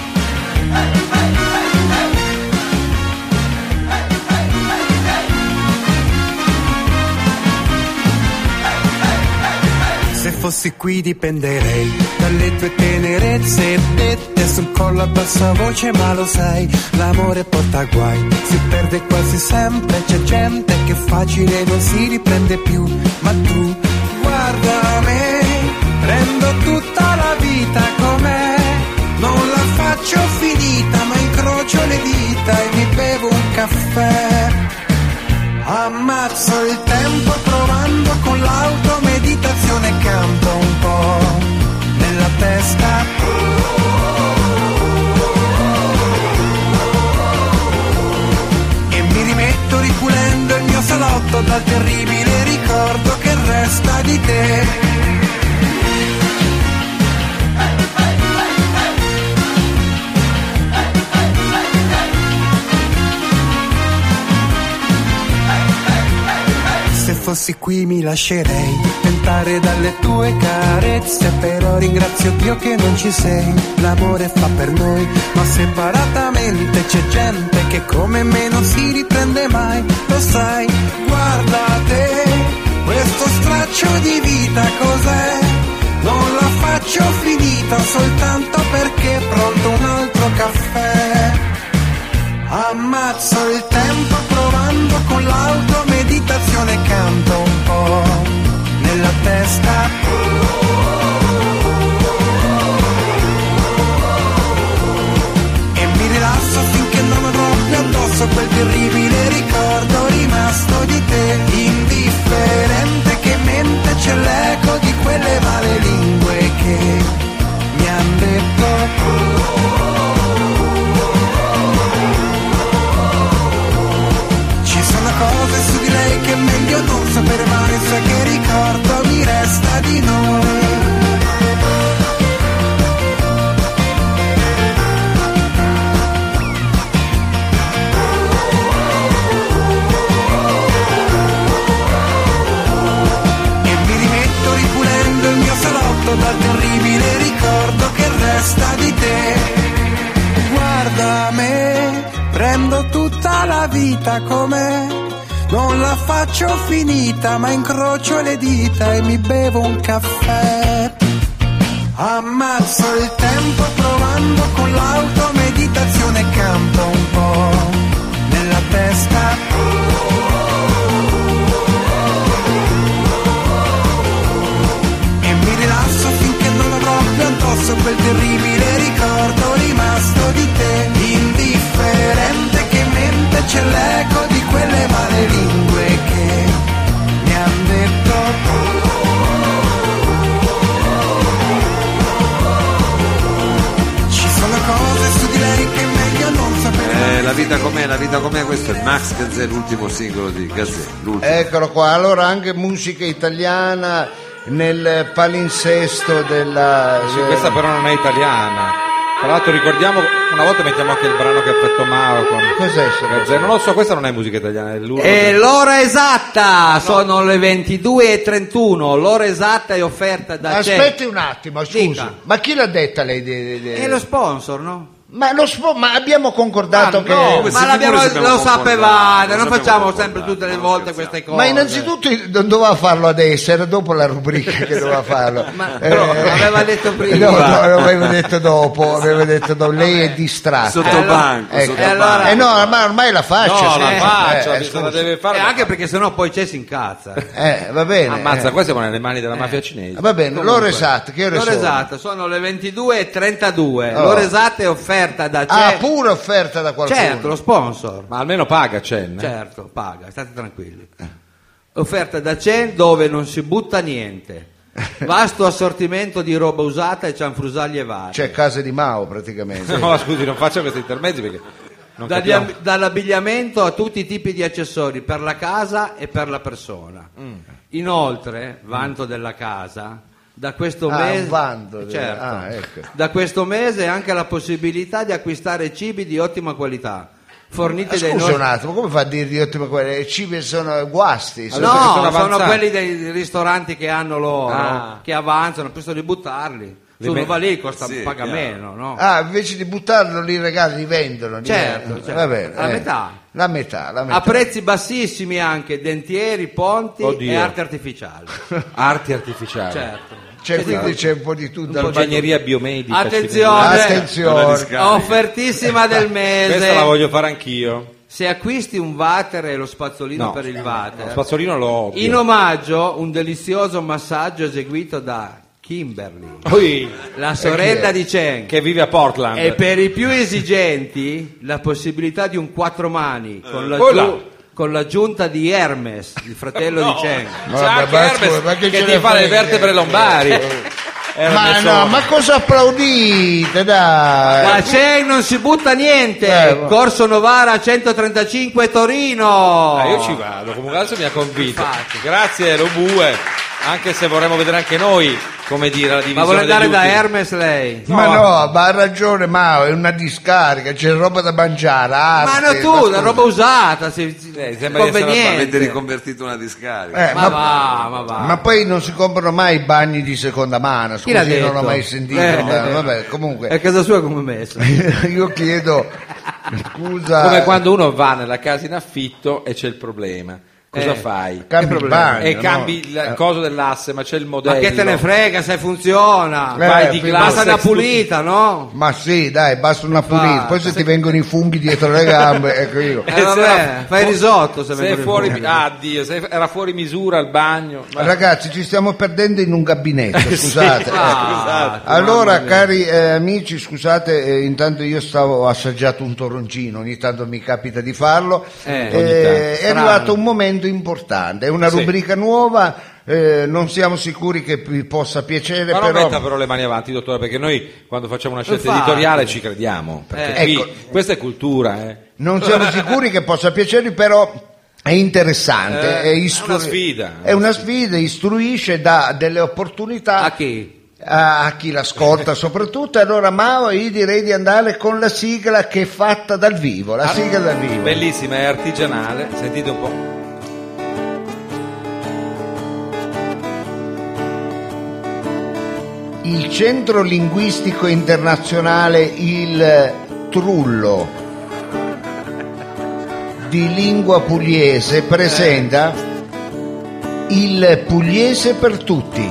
Se fossi qui dipenderei dalle tue tenerezze dette sul collo a bassa voce, ma lo sai, l'amore porta guai, si perde quasi sempre, c'è gente che facile non si riprende più, ma tu guarda me, prendo tutta la vita com'è, non la faccio finita, ma incrocio le dita e mi bevo un caffè. Ammazzo il tempo provando con l'automeditazione, canto un po' nella testa. E mi rimetto ripulendo il mio salotto dal terribile ricordo che resta di te. Se fossi qui mi lascerei tentare dalle tue carezze, però ringrazio Dio che non ci sei. L'amore fa per noi, ma separatamente c'è gente che come me non si riprende mai. Lo sai, guarda te, questo straccio di vita cos'è? Non la faccio finita soltanto perché è pronto un altro caffè. Ammazzo il tempo provando con l'automeditazione, canto un po' nella testa. E mi rilasso finché non avrò più addosso quel terribile ricordo rimasto di te. Indifferente che in mente c'è l'eco di quelle male lingue che mi han detto. Cose su di lei che è meglio non sapere mai, sa che ricordo mi resta di noi. E mi rimetto ripulendo il mio salotto dal terribile ricordo che resta di te. Guarda me, prendo tutta la vita com'è, non la faccio finita, ma incrocio le dita e mi bevo un caffè. Ammazzo il tempo provando con l'automeditazione, canto un po' nella testa. E mi rilasso finché non avrò più addosso quel terribile ricordo rimasto di te. Indifferente che in mente c'è l'eco di quelle male lingue che mi han detto. Ci sono cose su di lei che è meglio non sapere. La vita com'è, questo è Max Gazzè, l'ultimo singolo di Gazzè. L'ultimo. Eccolo qua, allora anche musica italiana nel palinsesto della... Sì, questa però non è italiana. Tra l'altro ricordiamo, una volta mettiamo anche il brano che ha fatto Mao con Cos'è? Gazzè. Non lo so, questa non è musica italiana, è l'urlo E l'ora esatta sono le 22:31. L'ora esatta è offerta da Aspetti un attimo, scusi, Dica. ma chi l'ha detta lei? È lo sponsor, no? Ma abbiamo concordato che... No, Come ma sicuro ci abbiamo lo concordato, sapevate, lo non abbiamo facciamo concordato, sempre tutte le non volte scherziamo. queste cose. Ma innanzitutto non doveva farlo adesso, era dopo la rubrica che doveva farlo. Però l'aveva detto prima. No, l'avevo detto dopo, lei è distratta. Sotto banco, Ecco. sotto allora- banco. No, ma ormai la faccio. No, sì. la faccia, scusi. la deve fare. Anche perché sennò poi c'è si incazza. Va bene. Ammazza, qua siamo nelle mani della mafia cinese. Va bene, l'ora esatta, che ore L'ora sono? esatta sono le 22:32. Oh. L'ora esatta è offerta da Ah, pure offerta da qualcuno. Certo, lo sponsor. Ma almeno paga Chen. Certo, paga, state tranquilli. Offerta da Chen dove non si butta niente. Vasto assortimento di roba usata e cianfrusaglie varie. C'è casa di Mao praticamente. No, scusi, non faccia questi intermezzi perché non capiamo. Dall'abbigliamento a tutti i tipi di accessori per la casa e per la persona. Inoltre, vanto della casa, da questo mese un vanto. certo, Ecco. da questo mese anche la possibilità di acquistare cibi di ottima qualità, forniti dai Scusa nostri... un attimo, come fa a dire di ottima qualità? I cibi sono guasti. Allora, perché No, sono sono avanzati. quelli dei ristoranti che hanno loro, Ah. che avanzano, penso di buttarli. Se uno va lì costa, Sì, paga chiaro. meno, no? Invece di buttarlo li regali, li vendono. li Certo, vendono. certo. Va bene. La metà. La metà. A prezzi bassissimi anche dentieri, ponti Oddio. e arti artificiali. Arti artificiali. Certo. Quindi c'è un po' di tutto. dal Ingegneria biomedica. Attenzione, Attenzione. offertissima del mese. Questa la voglio fare anch'io. Se acquisti un water e lo spazzolino No. per il water, Lo spazzolino lo odio. in omaggio un delizioso massaggio eseguito da Kimberly, Ui, la sorella di Chen. che vive a Portland. E per i più esigenti la possibilità di un quattro mani Voilà. con l'aggiunta di Hermes, il fratello di Chen. Ma C'è vabbè, anche ma Hermes scusa, ma che che ce ti ne fa le frega? vertebre lombari. Ma Hermes no, solo. ma cosa applaudite, dai? Da Chen non si butta niente. Ma- Corso Novara 135 Torino. Io ci vado, comunque adesso mi ha convinto. Infatti. Grazie Lobue, anche se vorremmo vedere anche noi, come dire, la divisione Ma vuole andare degli da utili. Hermes lei? Ma no, ma ha ragione Mao, è una discarica, c'è roba da mangiare, Ma arte, no, tu, scusa. la roba usata, sembra di essere conveniente. Avete riconvertito una discarica. Ma va, ma va. Ma poi non si comprano mai i bagni di seconda mano, Chi l'ha scusi, non detto? l'ho mai sentito, vabbè, comunque È casa sua come messa. io chiedo scusa, Come quando uno va nella casa in affitto e c'è il problema. Cosa fai? cambi il bagno, E no? cambi il coso dell'asse, ma c'è il modello. Ma che te ne frega se funziona? Vai di figurati. classe. Basta una pulita, no? Ma sì, dai, basta una pulita, poi se ti vengono i funghi dietro le gambe, ecco io. Vabbè, fai risotto se Se è vengono i fuori, funghi. Dio, se era fuori misura il bagno. Ma- Ragazzi, ci stiamo perdendo in un gabinetto, scusate. Ah, Allora, mamma mia. cari amici, scusate, intanto io stavo assaggiato un toroncino, ogni tanto mi capita di farlo. Ogni tanto. È Strano. arrivato un momento importante, è una Sì. rubrica nuova, non siamo sicuri che vi possa piacere, Ma non però... metta però le mani avanti, dottore, perché noi quando facciamo una scelta Infatti. editoriale ci crediamo. Perché qui, Ecco. questa è cultura, eh. Non siamo sicuri che possa piacervi, però è interessante, È una sfida. È una sfida, istruisce, dà delle opportunità A chi? a chi l'ascolta soprattutto. Allora Mao, io direi di andare con la sigla che è fatta dal vivo, la sigla dal vivo. Bellissima, è artigianale, sentite un po'. Il Centro Linguistico Internazionale Il Trullo di lingua pugliese presenta Il Pugliese per tutti,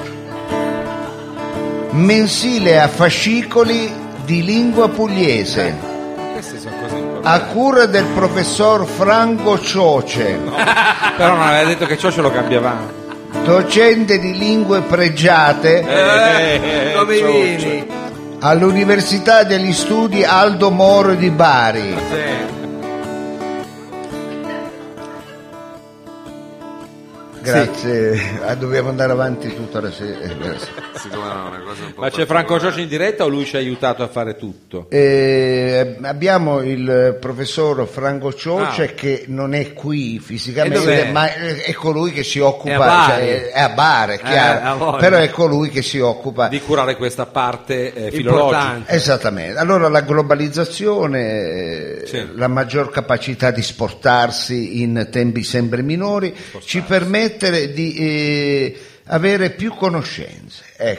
mensile a fascicoli di lingua pugliese, Queste sono cose importanti. a cura del professor Franco Cioce, Però non aveva detto che ciò ce lo cambiavamo. docente di lingue pregiate Come i vini. all'Università degli Studi Aldo Moro di Bari. Grazie, dobbiamo andare avanti tutta la sera. Siccome era una cosa un po' Ma c'è Franco Cioce in diretta o lui ci ha aiutato a fare tutto? Abbiamo il professor Franco Cioce che non è qui E fisicamente, dov'è? ma è colui che si occupa, È a Bari. cioè, è a Bari, è chiaro, a voglia. però è colui che si occupa. Di curare questa parte filologica. Importante. Esattamente, allora la globalizzazione, Sì. la maggior capacità di sportarsi in tempi sempre minori ci permette di avere più conoscenze,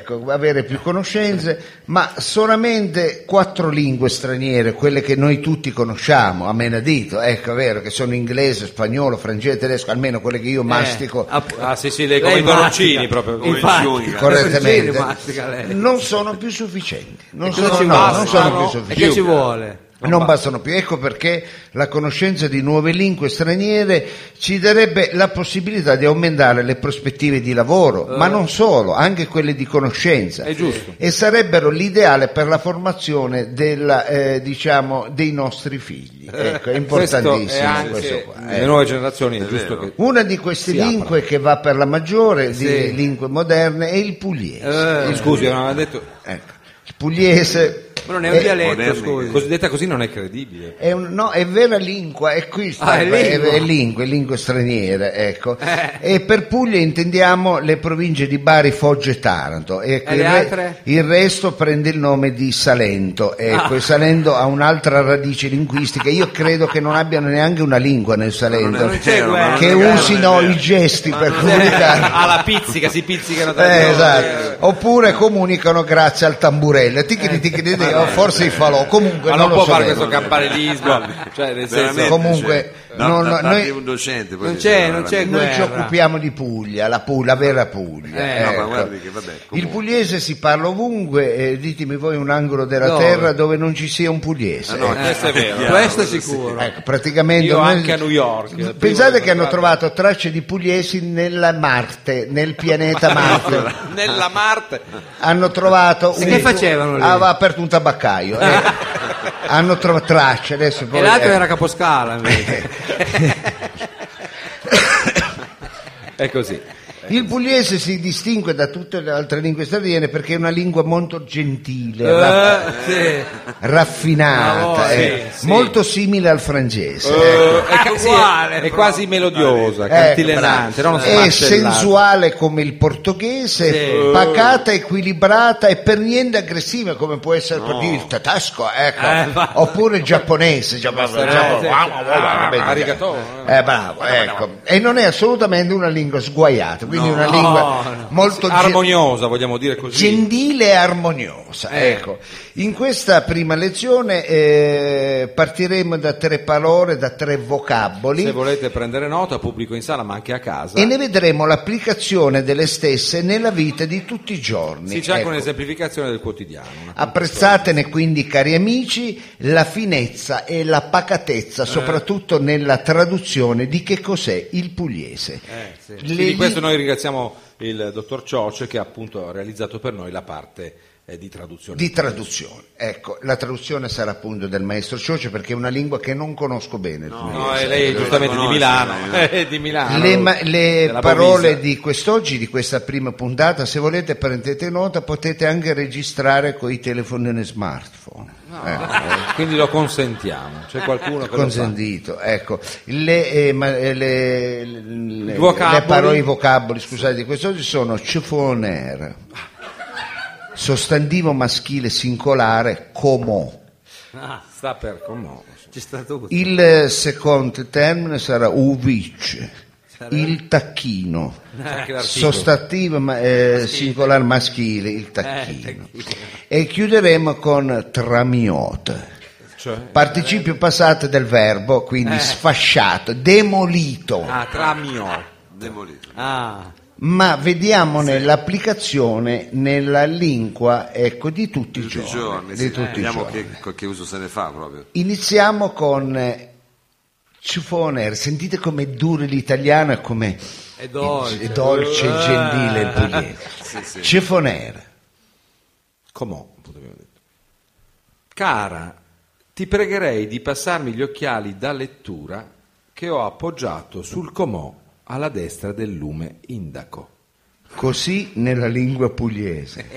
ma solamente 4 lingue straniere, quelle che noi tutti conosciamo a menadito, ecco, è vero, che sono inglese, spagnolo, francese, tedesco, almeno quelle che io mastico sì, lei come i boroncini proprio. Infatti, correttamente, mastica lei. non sono più sufficienti, non E sono cosa ci più basta? E sufficienti. che ci vuole? Non bastano più, ecco perché la conoscenza di nuove lingue straniere ci darebbe la possibilità di aumentare le prospettive di lavoro, ma non solo, anche quelle di conoscenza. È giusto. E sarebbero l'ideale per la formazione dei nostri figli. Ecco, è importantissimo questo qua. Nelle nuove generazioni è giusto che Una di queste lingue che va per la maggiore di lingue moderne è il pugliese. scusi, non aveva detto Ecco, il pugliese Ma non è un dialetto, scusi. cosiddetta così non è credibile. è vera lingua, è qui è lingue straniere, ecco. E per Puglia intendiamo le province di Bari, Foggia e Taranto. Ecco, E le altre? il resto prende il nome di Salento. Ecco, il Salento ha un'altra radice linguistica. Io credo che non abbiano neanche una lingua nel Salento, Non c'è guerra. che usino i gesti per comunicare. La pizzica, si pizzicano tra di loro. Esatto. Oppure comunicano grazie al tamburello, tichiri, o forse i falò, comunque Ma non non lo può fare sapevo. questo campanilismo, cioè nel senso, Veramente, comunque, cioè, non- da parte noi- di un docente poi Non dice, c'è no, guerra. Noi ci occupiamo di Puglia, la vera Puglia. No, ma ecco. guardi che vabbè, Il comunque. pugliese si parla ovunque, ditemi voi un angolo della Dove? terra dove non ci sia un pugliese. No, ecco. questo è vero. Questo è sicuro. Ecco, praticamente Io noi- anche a New York. Pensate che hanno trovato tracce di pugliesi nella Marte, nel pianeta Marte. Nella Marte. Hanno trovato E che facevano lì? Aveva aperto un tabaccaio. Hanno trovato tracce adesso poi, E l'altro era caposcala invece. È così. Il pugliese si distingue da tutte le altre lingue straniere perché è una lingua molto gentile, Sì. raffinata, sì. molto simile al francese. ecco. Sì, uguale, è quasi melodiosa, Ecco, cantilenante, bravo. non È smascellata. sensuale come il portoghese, Sì. pacata, equilibrata e per niente aggressiva come può essere per dire il tedesco, ecco. Oppure il giapponese. Arigato. Bravo, ecco. E non è assolutamente una lingua sguaiata, quindi una lingua molto Armoniosa, vogliamo dire così. gentile e armoniosa. Ecco. In questa prima lezione partiremo da 3 parole, da 3 vocaboli. Se volete prendere nota, pubblico in sala ma anche a casa. E ne vedremo l'applicazione delle stesse nella vita di tutti i giorni. Sì, c'è anche Ecco. un'esemplificazione del quotidiano. Apprezzatene quindi, cari amici, la finezza e la pacatezza, soprattutto nella traduzione di che cos'è il pugliese. Quindi di questo noi ringraziamo il dottor Cioce che ha appunto realizzato per noi la parte di traduzione. Di traduzione, ecco, la traduzione sarà appunto del maestro Cioce perché è una lingua che non conosco bene. Il pugliese. No, e lei è giustamente di Milano. È di Milano. Le Della parole Bovisa. di quest'oggi, di questa prima puntata, se volete prendete nota, potete anche registrare con i telefonini smartphone. Quindi lo consentiamo. C'è qualcuno che Consentito, ecco. Le parole, i vocaboli, scusate, di quest'oggi sono cifoner, sostantivo maschile singolare comò. sta per com'ho. Ci sta tutto. Il secondo termine sarà uvic, il tacchino, Anche l'articolo. sostantivo singolare maschile, il tacchino. E chiuderemo con tramiota. Cioè, Participio passato del verbo, quindi sfasciato, demolito. tramio. Demolito. Ma vediamone l'applicazione nella lingua, ecco, di tutti i Tutti i giorni. giorni, Di sì. tutti i Vediamo giorni. che uso se ne fa proprio. Iniziamo con ciufoner. Sentite com'è duro l'italiano e com'è È dolce. è dolce e gentile il pugliese. Sì. Ciufoner. Com'ho, potevo aver detto. Cara, ti pregherei di passarmi gli occhiali da lettura che ho appoggiato sul comò alla destra del lume indaco. Così nella lingua pugliese.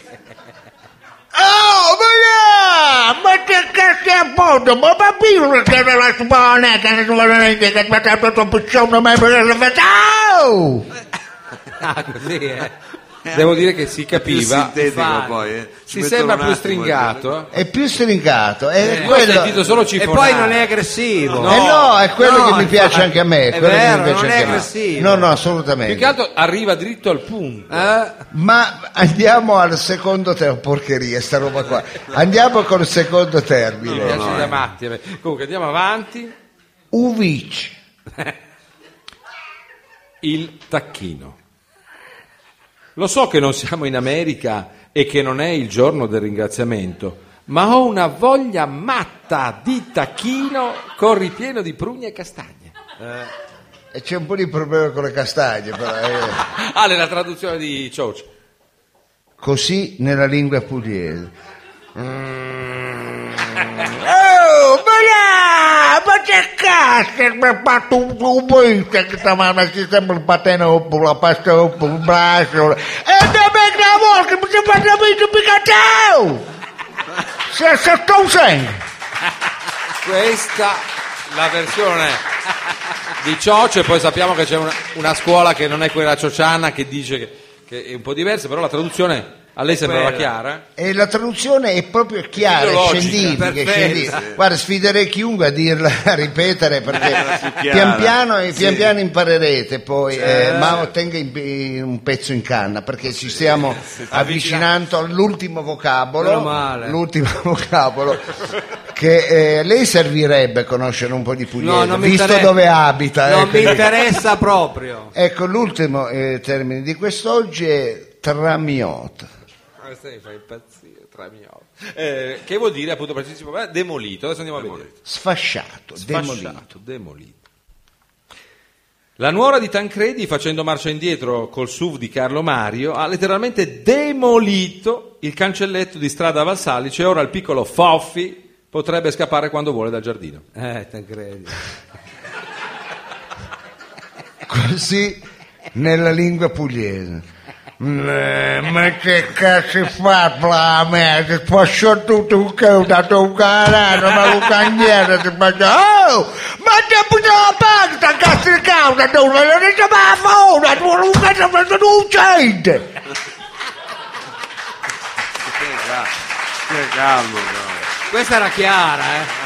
Oh, ma che cazzo è a posto? Ma papino che non la spone, che non la rende, che mi ha tutto un piccione, ma per la Così, devo dire che si capiva. Più sintetico Infatti. poi. Si sembra più stringato. È più stringato, è Io ho quello. sentito solo E cifonare. poi non è aggressivo. No, è quello No, che mi piace infatti. anche a me. È quello che mi vero, piace non è anche a me. aggressivo. No, Più assolutamente. che altro arriva dritto al punto. Ma andiamo al secondo termine, porcheria sta roba qua. Andiamo col secondo Mi termine. piace da matti. Comunque andiamo avanti. Uvic. Il tacchino. Lo so che non siamo in America e che non è il giorno del ringraziamento, ma ho una voglia matta di tacchino con ripieno di prugne e castagne. E c'è un po' di problema con le castagne, però. Ah, nella traduzione di Ciocio. Così nella lingua pugliese. Oh, ma che cazzo mi ha fatto un vita che stamattina si sembra il pateno, la pasta, il braccio. E da me che la volta mi si fa capito picateo! Se sto usando. Questa la versione di Ciocio, e poi sappiamo che c'è una scuola che non è quella ciociana che dice che è un po' diversa, però la traduzione a lei sembrava quella. chiara. E la traduzione è proprio chiara, è Ideologica, scientifica, è perfetta. scientifica. Guarda, sfiderei chiunque a dirla, a ripetere, perché pian piano imparerete poi, ma ottenga un pezzo in canna, perché ci stiamo avvicinando all'ultimo vocabolo, Meno male. che lei servirebbe conoscere un po' di pugliese, No, non mi visto interessa. dove abita. Non mi ecco. interessa proprio. Ecco, l'ultimo termine di quest'oggi è tramiota. Questo mi fa impazzire, che vuol dire appunto precisamente demolito. Adesso andiamo a vedere. Sfasciato, demolito. Sfasciato, demolito. La nuora di Tancredi, facendo marcia indietro col SUV di Carlo Mario, ha letteralmente demolito il cancelletto di strada Valsalice e ora il piccolo Foffi potrebbe scappare quando vuole dal giardino. Tancredi. Così nella lingua pugliese. Ma che cazzo fa la merda? Posso tutto che ho dato un canale, ma un candiere ti mangia. Oh, ma ti puto la pasta, cazzo di causa, tu non ne sai mai fare, tu non cazzo ma non c'è. Che calmo, però. Questa era chiara,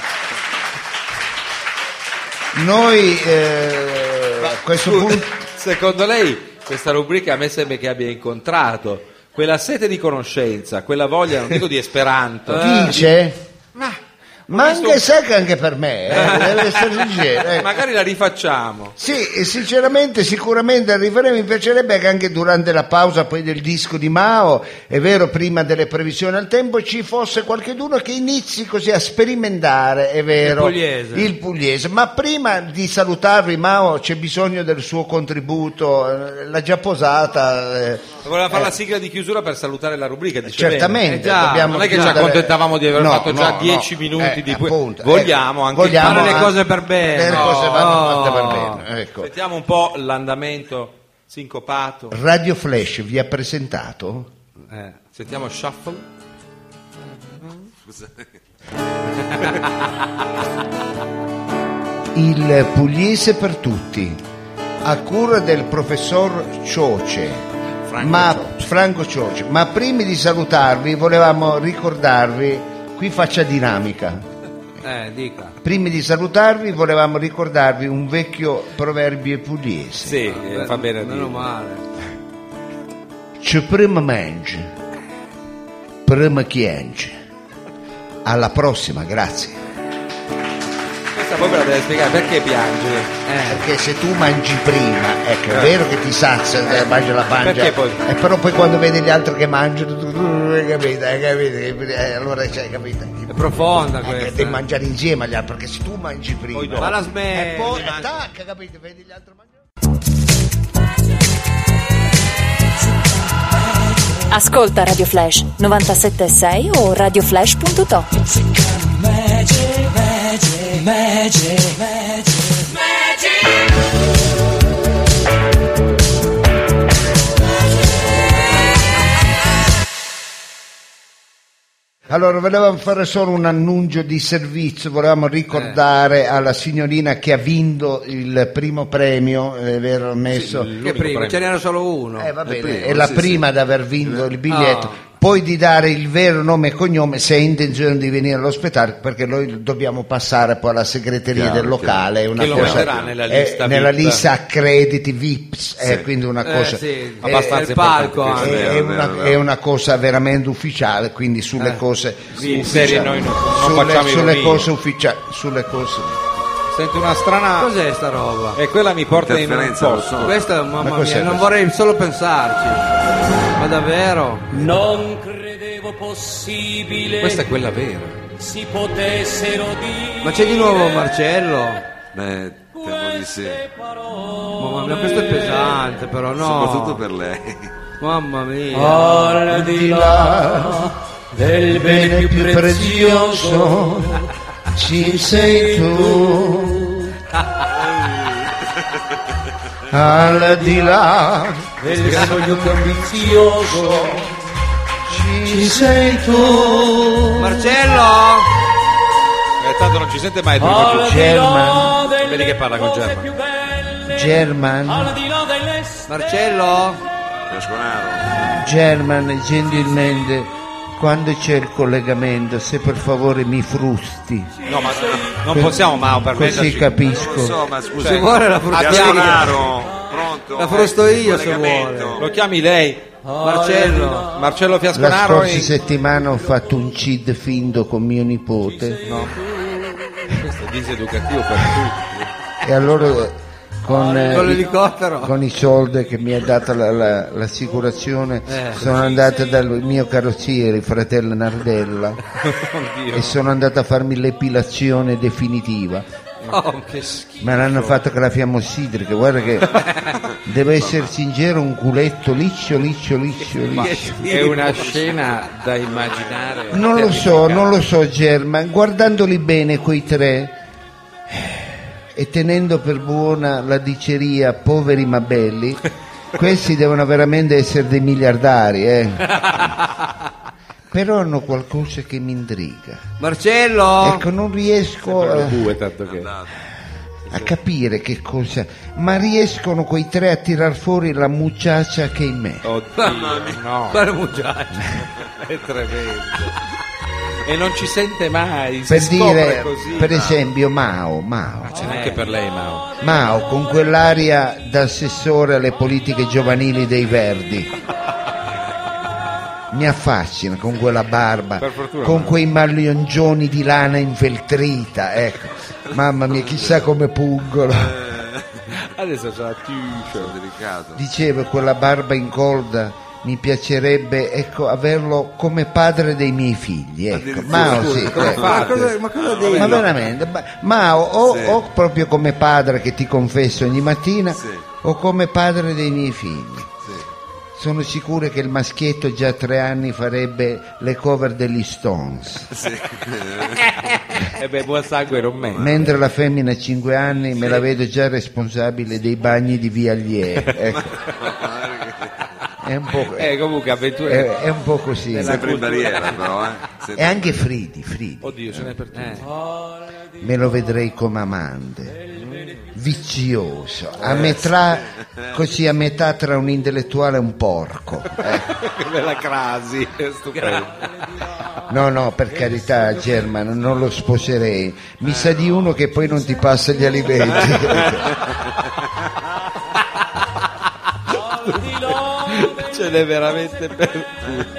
Noi a questo punto Secondo lei questa rubrica a me sembra che abbia incontrato quella sete di conoscenza, quella voglia, non dico di esperanto, dice, ma visto- anche sa che anche per me, deve essere sincero. magari la rifacciamo. Sì, e sinceramente, sicuramente arriveremo. Mi piacerebbe che anche durante la pausa poi del disco di Mao, è vero, prima delle previsioni al tempo, ci fosse qualcuno che inizi così a sperimentare, è vero, il pugliese. Ma prima di salutarvi, Mao, c'è bisogno del suo contributo, l'ha già posata. Voleva fare la sigla di chiusura per salutare la rubrica, dice Certamente, bene. Già, dobbiamo non è che ci chiudere. accontentavamo di aver No, fatto già no, 10 no. minuti di Appunto, vogliamo anche vogliamo fare le anche- cose per bene. Le cose vanno fatte per bene, ecco. Sentiamo un po' l'andamento sincopato. Radio Flash vi ha presentato Sentiamo Shuffle. il pugliese per tutti, a cura del professor Cioce. Franco Cioce. Ma prima di salutarvi volevamo ricordarvi, qui faccia dinamica. Dica. Prima di salutarvi volevamo ricordarvi un vecchio proverbio pugliese. Sì, fa bene a Meno dire. male. C'è prima mangi, prima chiangi. Alla prossima, grazie. Questa poi me la deve spiegare perché piange. Perché se tu mangi prima, ecco, è vero che ti sazia, mangi la pancia, Perché poi? però poi quando vedi gli altri che mangiano, hai capito? Allora c'hai capito? È profonda Devi questa. mangiare insieme agli altri, perché se tu mangi prima, Poi dopo. Ma la e smetti. poi attacca, capito? Vedi gli altri mangiare. Ascolta Radio Flash 97.6 o radioflash.to. Allora, volevamo fare solo un annuncio di servizio, volevamo ricordare alla signorina che ha vinto il primo premio, è vero, messo... Che prima? Ce n'era solo uno. Va bene, primo, è la sì, prima sì. ad aver vinto il biglietto. Oh. Poi di dare il vero nome e cognome se hai intenzione di venire allo spettacolo, perché noi dobbiamo passare poi alla segreteria Chiaro, del locale, è una Che lo cosa, metterà nella lista nella VIP. lista accrediti VIPs, è quindi una cosa sì, abbastanza il palco importante, anche. è una cosa veramente ufficiale, quindi sulle cose Sì, in serie noi non facciamo sulle ironia. cose ufficiali, sulle cose. Sento una strana... Cos'è sta roba? E quella mi porta in un Interferenza, lo posto. so. Questa, mamma cos'è mia, non questo? vorrei solo pensarci. Ma davvero? Non credevo possibile Questa è quella vera. si potessero dire Ma c'è di nuovo Marcello? Beh, temo di sì. Mamma mia, questo è pesante però, no. Soprattutto per lei. Mamma mia. al di là del bene più prezioso Ci sei tu, al di là, del sogno più ambizioso ci sei tu. Marcello? Tanto non ci sente mai il primo al giorno. di là German. delle Vedi che parla con cose German. più belle, German, al di là delle Marcello? Casconaro. German, gentilmente, quando c'è il collegamento, se per favore mi frusti, No, ma non possiamo Mao così permetterci. capisco. Non so, ma scusa. Se vuole la frusta Casconaro, pronto? La frusto io, se collegamento. vuole. Lo chiami lei? Marcello? Marcello La Fiasconaro? scorsa settimana ho fatto un CID finto con mio nipote. No. Questo è diseducativo per tutti. E allora con l'elicottero? con i soldi che mi ha dato l'assicurazione sono andato dal mio carrozziere, il fratello Nardella, e sono andato a farmi l'epilazione definitiva. Oh, che schifo. Me l'hanno fatto con la fiammossidrica, guarda che deve essere sincero, un culetto liscio. È una scena da immaginare. Non lo so German, guardandoli bene quei tre e tenendo per buona la diceria poveri ma belli, questi devono veramente essere dei miliardari, però hanno qualcosa che mi intriga. Marcello? Ecco, non riesco Due, tanto che... a capire che cosa, ma riescono quei tre a tirar fuori la muchacha che è in me. Oddio, no, Quale muchacho? è tremendo. E non ci sente mai, Per si scopre dire, così. per esempio Mao, C'è neanche per lei Mao. Mao con quell'aria da assessore alle politiche giovanili dei Verdi. Mi affascina con quella barba, Per fortuna con no. quei magliongioni di lana infeltrita, ecco. Mamma mia, chissà come pungono. Adesso c'è la t-shirt. Delicato. Dicevo, quella barba incolta mi piacerebbe, ecco, averlo come padre dei miei figli, ecco. Mao sì, Ma cosa devi? ma veramente, Mao o proprio come padre che ti confesso ogni mattina, o come padre dei miei figli. Sono sicuro che il maschietto già a 3 anni farebbe le cover degli Stones, E beh, buon sangue non mente. mentre la femmina a 5 anni me la vedo già responsabile dei bagni di Viagliere, ecco. È un po', Comunque avventure. è un po' così. Sempre in barriera, però, E anche Fridi, Oddio, ce n'è per tutti. me lo vedrei come amante, vizioso, a metà, così a metà tra un intellettuale e un porco. Bella crasi, è stupendo. No, per carità, German, non lo sposerei. Mi sa di uno che poi non ti passa gli alimenti. Ce n'è veramente per tutti.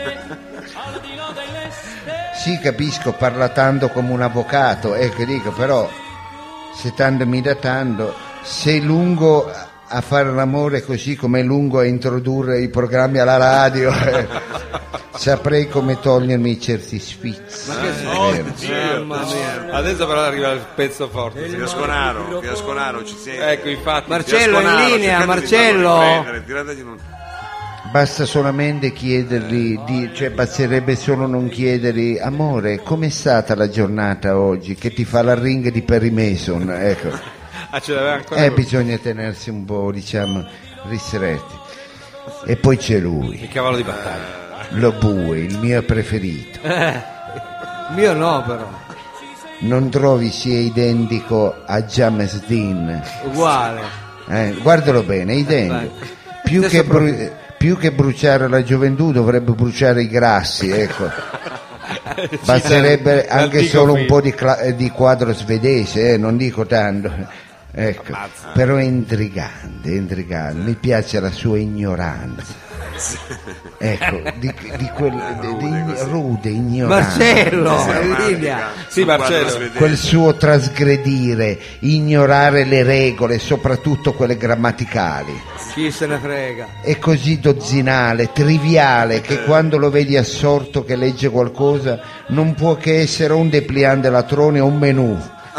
Sì, capisco, parla tanto come un avvocato, ecco, dico, però se tanto mi dà tanto, sei lungo a fare l'amore così come è lungo a introdurre i programmi alla radio, saprei come togliermi certi sfizi. Mamma mia. Adesso però arriva il pezzo forte. Fiasconaro, ci sente. Ecco, infatti. Marcello in Fiasconaro, linea, cercate di Marcello. farlo prendere, tirategli un- Basta solamente chiedergli, cioè basterebbe solo non chiedergli, amore, com'è stata la giornata oggi, che ti fa la ring di Perry Mason, ecco. Ah, ce l'aveva ancora. Bisogna tenersi un po', diciamo, ristretti. E poi c'è lui, Il cavallo di battaglia. lo Bue, il mio preferito. Mio no, però. Non trovi sia identico a James Dean? Uguale. Guardalo bene, è identico. Più che bruciare la gioventù dovrebbe bruciare i grassi, ecco. Basterebbe anche solo un po' di quadro svedese, non dico tanto, ecco. Però è intrigante, mi piace la sua ignoranza, ecco, rude ignoranza. Marcello, in linea. Sì, Marcello. Quel suo trasgredire, ignorare le regole, soprattutto quelle grammaticali. Chi se ne frega. È così dozzinale, triviale, che quando lo vedi assorto che legge qualcosa non può che essere un dépliant de latrone o un menù.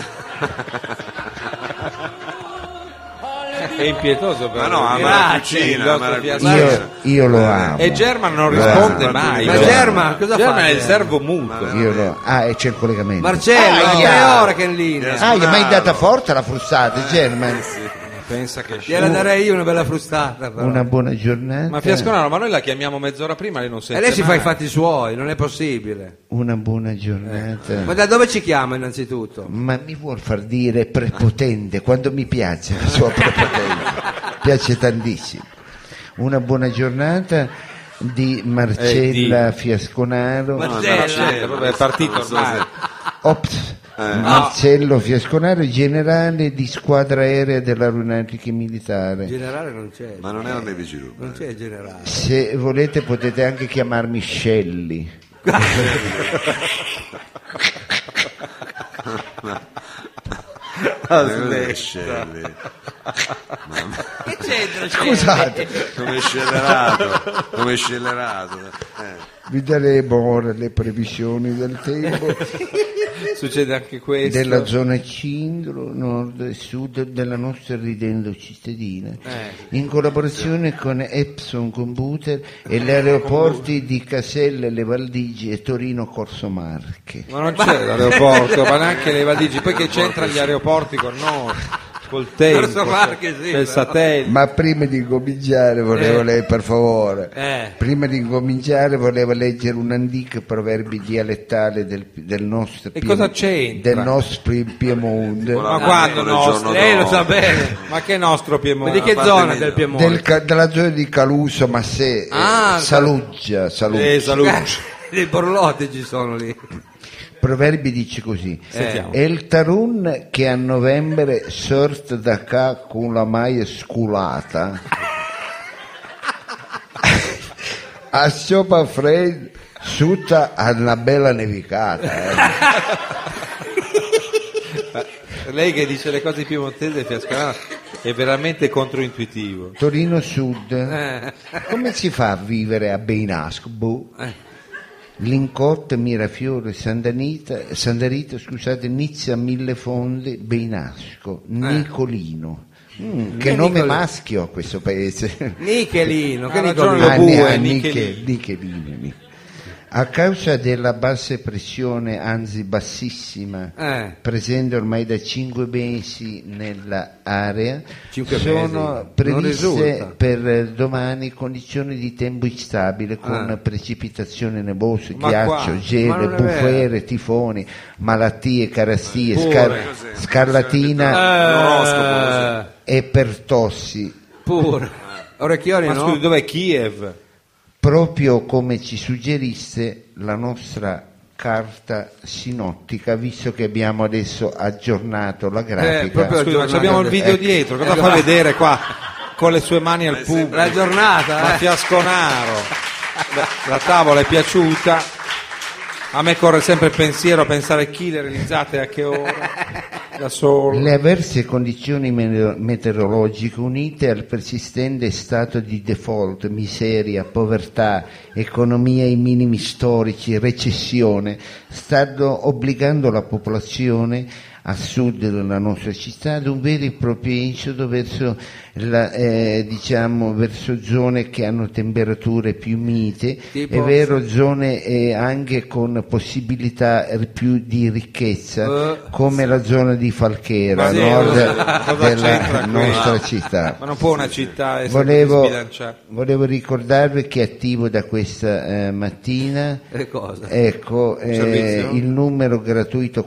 È impietoso però. Ma no, ama la cucina, ama la cucina. Io lo amo. E German non risponde mai. Ma German, cosa German fa? è il servo muto. E c'è il collegamento. Marcello, 3 ore che è in linea. Gli hai mai data forte la frustata, German? Pensa che Gliela darei io una bella frustata. Però. Una buona giornata. Ma Fiasconaro, ma noi la chiamiamo mezz'ora prima, lei non sente E lei si fa mai. i fatti suoi, non è possibile. Una buona giornata. Ma da dove ci chiama innanzitutto? Ma mi vuol far dire prepotente quando mi piace la sua prepotenza. Piace tantissimo. Una buona giornata di Marcella Fiasconaro. Marcello, vabbè, è partito ormai. Marcello Fiasconaro, generale di squadra aerea dell'aeronautica militare. Generale non c'è. Ma non è un Navy. Non c'è generale. Se volete potete anche chiamarmi Scelli. Che c'entra? Scusate, Come scellerato. vi daremo ora le previsioni del tempo Succede anche questo. della zona Cindro, nord e sud della nostra ridendo cittadina, in collaborazione con Epson Computer e gli aeroporti di Caselle, Le Valdigi e Torino Corso Marche. Ma non c'è l'aeroporto, ma neanche le valigie. Poi che c'entra gli aeroporti con noi? Col tempo, Corso Marche, sì, c'è il satellite. Ma prima di cominciare volevo lei, per favore, prima di cominciare volevo leggere un antico proverbio dialettale del nostro E cosa c'entra? del nostro Piemonte, Ma quando nostro? Lei lo sa bene. Ma che nostro Piemonte? Ma di che zona del Piemonte? della zona di Caluso, ma se Saluggia. Saluggia. Dei borlotti ci sono lì. Proverbi dice così: è il tarun che a novembre sorte da qua con la maglia sculata a sopra freddo sutta a una bella nevicata. Lei che dice le cose piemontesi, Fiasconaro, è veramente controintuitivo. Torino Sud, come si fa a vivere a Beinasco? Lincotte, Mirafiore, Sandarita, scusate, Nizza, Millefonde, Beinasco, Nicolino. Che nome maschio a questo paese. Nichelino, che Nichelino. A causa della bassa pressione, anzi bassissima, presente ormai da 5 mesi nell'area, sono previste per domani condizioni di tempo instabile con precipitazioni nevose, ghiaccio, gelo, bufere, tifoni, malattie, carestie, scarlatina e pertossi. Pure. Orecchioni, Ma no? scusi, dov'è Kiev? Proprio come ci suggerisse la nostra carta sinottica, visto che abbiamo adesso aggiornato la grafica. Scusi, ma abbiamo il video dietro, cosa fa vedere qua con le sue mani al pubblico? La giornata, Ma Fiasconaro, la tavola è piaciuta, a me corre sempre il pensiero a pensare chi le realizzate e a che ora, da solo. Le avverse condizioni meteorologiche unite al persistente stato di default, miseria, povertà, economia ai minimi storici, recessione, stanno obbligando la popolazione a sud della nostra città, ad un vero e proprio esodo verso verso zone che hanno temperature più mite, Tipo? è vero, zone anche con possibilità più di ricchezza, come la zona di Falchera, a Sì, nord cosa della c'entra nostra questo? città. Ma non può una città essere Volevo, sbilanciata? volevo ricordarvi che è attivo da questa mattina, Cosa? ecco, Servizio? il numero gratuito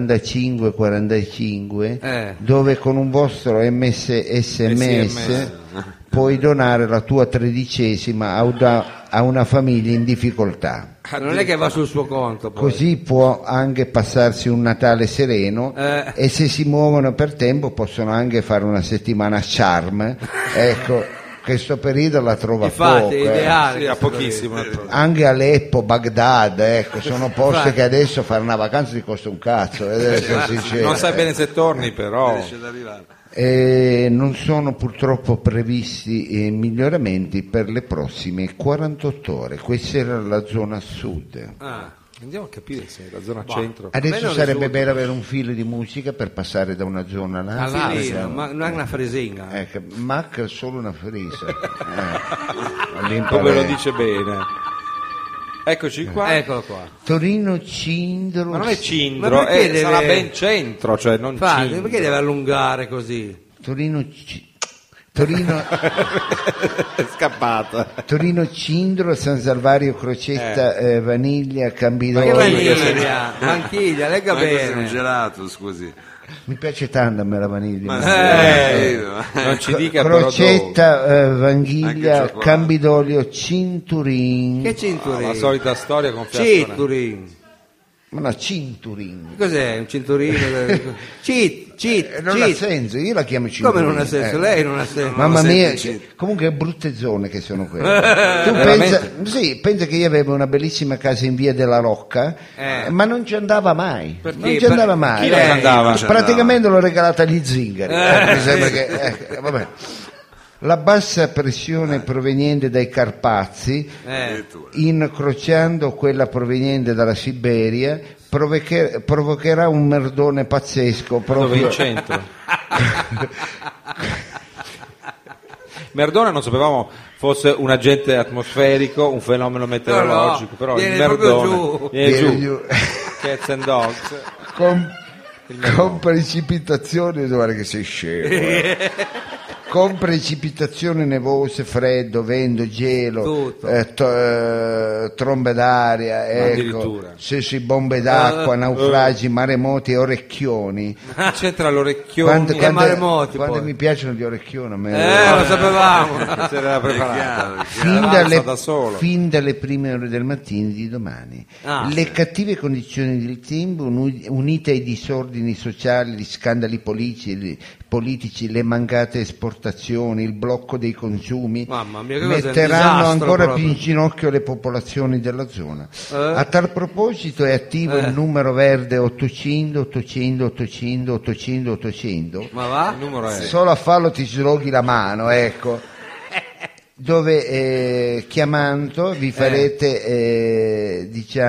4545 dove con un vostro SMS puoi donare la tua 13ª a una famiglia in difficoltà. Non è che va sul suo conto. Poi. Così può anche passarsi un Natale sereno e se si muovono per tempo possono anche fare una settimana a Charm. Ecco, questo periodo la trova Infatti, poco. è ideale. Sì, a pochissimo. Anche Aleppo, Baghdad, ecco, sono posti che adesso fare una vacanza ti costa un cazzo. Essere sincero. Non sai bene se torni, però. Riesce ad arrivare. Non sono purtroppo previsti miglioramenti per le prossime 48 ore. Questa era la zona sud. Andiamo a capire se la zona centro. Adesso sarebbe bello avere un filo di musica per passare da una zona all'altra. Ma non è una fresinga. Ecco, Mac è solo una fresa. Come lo dice bene. Eccoci qua. Eccolo qua. Torino Cindro. Ma non è Ma Cindro, perché deve- sarà ben centro, cioè non Infatti, Cindro. perché deve allungare così? Torino È scappata. Torino Cindro, San Salvario Crocetta, Vaniglia, Ma Campidoglio. che vaniglia? Manchiglia, legga Ma questo è un bene. gelato, scusi. Mi piace tanto a me la vaniglia. Ma Non ci dica però dove. Crocetta, Anche Vanghiglia, il cioccolato. Campidoglio, Cinturin. Che cinturin? La solita storia con Fiascone. Cinturin. Ma no, Cinturin. Cos'è? Un cinturino? Cheat. Non ha senso, io la chiamo Cinturin. Come non ha senso? Lei non ha senso. Mamma Non mia, senti Cinturin. comunque brutte zone che sono quelle. Tu pensa che io avevo una bellissima casa in via della Rocca, ma non ci andava mai. Perché? Non ci andava mai. Chi non andava? Non ci Praticamente l'ho regalata agli zingari. Mi sembra che vabbè. La bassa pressione proveniente dai Carpazi, incrociando quella proveniente dalla Siberia, provocherà un merdone pazzesco Dove proprio in centro. Merdone non sapevamo fosse un agente atmosferico, un fenomeno meteorologico, No, però viene il proprio Merdone giù. viene giù. Cats and dogs. con precipitazioni, guarda che sei scemo. Con precipitazioni nevose, freddo, vento, gelo, trombe d'aria, ecco, Addirittura. bombe d'acqua, naufragi, maremoti e orecchioni. Ma c'entra l'orecchione. maremoti, quando poi. mi piacciono gli orecchioni, a me Lo sapevamo. Se l'era preparato. fin da solo. fin dalle prime ore del mattino di domani. Le cattive condizioni del tempo, unite ai disordini sociali, gli scandali politici, le mancate esportazioni, il blocco dei consumi, Mamma mia, che cos'è? Un metteranno disastro ancora proprio. più in ginocchio le popolazioni della zona. A tal proposito è attivo il numero verde 800 800 800 800 800. Ma va? Il numero è. Solo a farlo ti sroghi la mano, ecco. Dove chiamando vi farete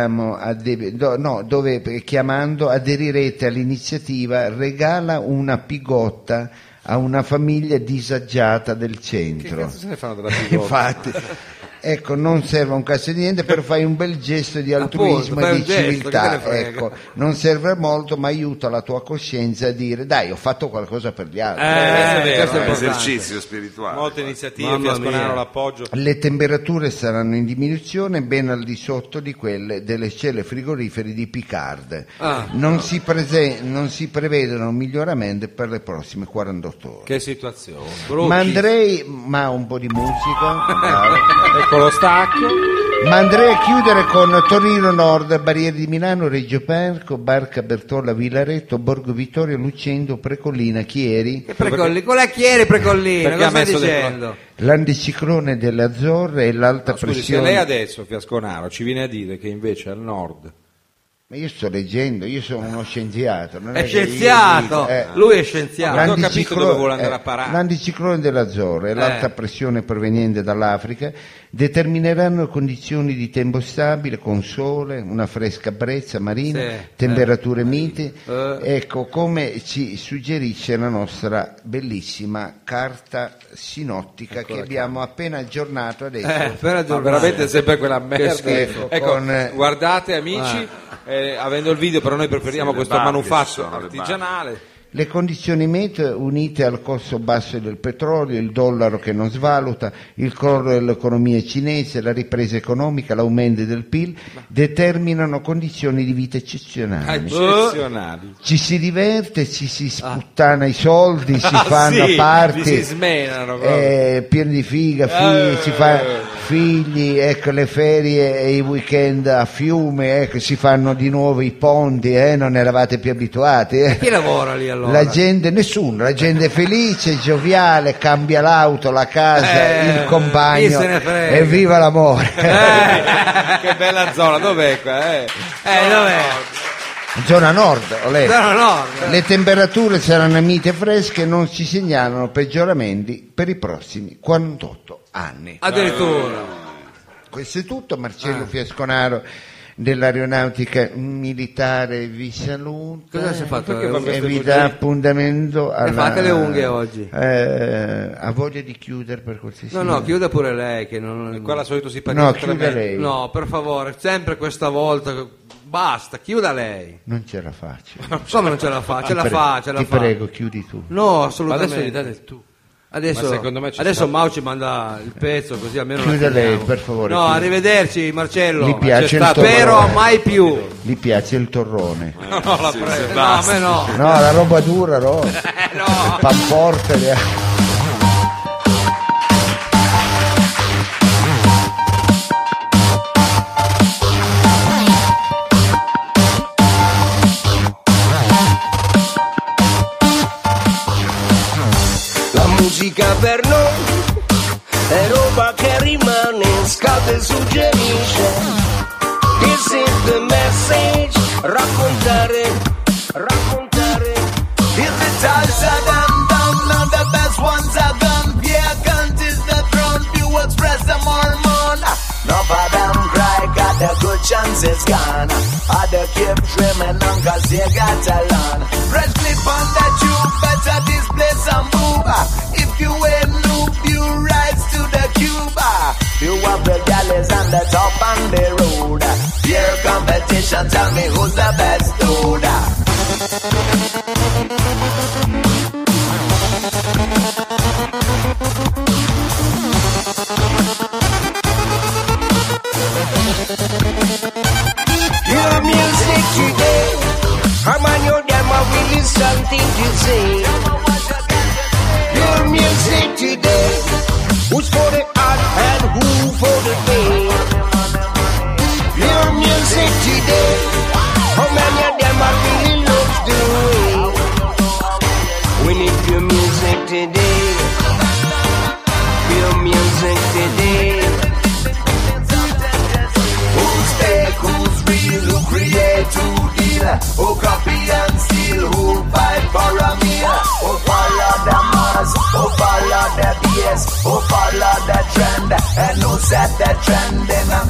dove chiamando aderirete all'iniziativa Regala una pigotta a una famiglia disagiata del centro. Che cazzo se ne fanno della pigotta? Infatti, ecco, non serve un cazzo di niente, però fai un bel gesto di altruismo fai e un di gesto, civiltà. che te ne frega? Ecco, non serve molto, ma aiuta la tua coscienza a dire dai, ho fatto qualcosa per gli altri. Questo è vero, questo è eh. importante. Esercizio spirituale. Molte iniziative, Mamma Fiasconaro mia. l'appoggio. Le temperature saranno in diminuzione ben al di sotto di quelle delle celle frigorifere di Picard. Non si prevedono miglioramenti per le prossime 48 ore. Che situazione. Ma un po' di musica. Bravo. Ecco lo stacco. Ma andrei a chiudere con Torino Nord, Barriere di Milano, Reggio Parco, Barca Bertolla, Villaretto, Borgo Vittorio, Lucendo, Precollina, Chieri. Precolli, con la Chieri Precollina, Perché ha cosa stai messo dicendo? L'anticiclone delle Azzorre e l'alta Scusi, se pressione. lei adesso, Fiasconaro, ci viene a dire che invece al nord Ma io sto leggendo, io sono uno scienziato. Non È che io scienziato, dico, lui è scienziato. Non ho capito dove vuole andare a parare. L'anticiclone dell'Azzorre e l'alta pressione proveniente dall'Africa determineranno condizioni di tempo stabile con sole, una fresca brezza marina, temperature mite. Ecco, come ci suggerisce la nostra bellissima carta sinottica che abbiamo appena aggiornato adesso. Veramente sempre quella merda. schifo. Ecco, guardate amici, avendo il video, però noi preferiamo questo manufatto artigianale. Le condizioni meteo unite al costo basso del petrolio, il dollaro che non svaluta, il crollo dell'economia cinese, la ripresa economica, l'aumento del PIL determinano condizioni di vita eccezionali. Ci si diverte, ci si sputtana i soldi, si fanno party, si smenano pieni di figa, si fa figli, ecco, le ferie e i weekend a fiume, ecco, si fanno di nuovo i ponti, non eravate più abituati. Chi lavora lì allora? La gente, nessuno, la gente è felice, gioviale, cambia l'auto, la casa, il compagno, e viva l'amore. Che bella zona, dov'è qua? Dov'è? Zona nord, Olè. Zona nord. Le temperature saranno mite fresche e non si segnalano peggioramenti per i prossimi 48 anni. Addirittura. Questo è tutto, Marcello Fiasconaro dell'aeronautica militare vi saluta. Cosa si è fatto? E vi dà appuntamento alla... fate le unghie oggi? Ha voglia di chiudere per cortesia? No, chiuda pure lei che non... Qua la solito simpatia. No, chiuda lei. No, per favore, sempre questa volta. Basta, chiuda lei. Non ce la faccio. Come non ce la fa? Ce la fa. Ti prego, chiudi tu. No, assolutamente. Ma adesso gli date il tu. Adesso Mau ci manda il pezzo così almeno chiuda lei, per favore. No, arrivederci Marcello. Gli piace il torrone. Spero mai più. Gli piace il torrone. No, la prego. No, a me no. No, la roba dura, no. No. Panforte. Musica per noi è roba che rimane, scalda e suggerisce. This is the message. Raccontare. Is the times are done, now the best ones are done. Yeah, guns is the throne, you express them hormone. No for them cry, got the good chances gone. Other keep trimming on cause they got a lawn. Fresh clip on the tube, better display some move. If you ain't noob, you rise to the Cuba. You want the galleys on the top on the road. Peer competition, tell me who's the best dude. Your music today, I'm on your demo, really something to say. Your music today, who's for the art and who for the day? Your music today, how many of them are really love the way? We need your music today, your music today. Who's fake, who's real, who create, who deal, who copy and steal, who fight for a meal, who follow the mass, who follow the BS, who follow the trend, and who set the trend in a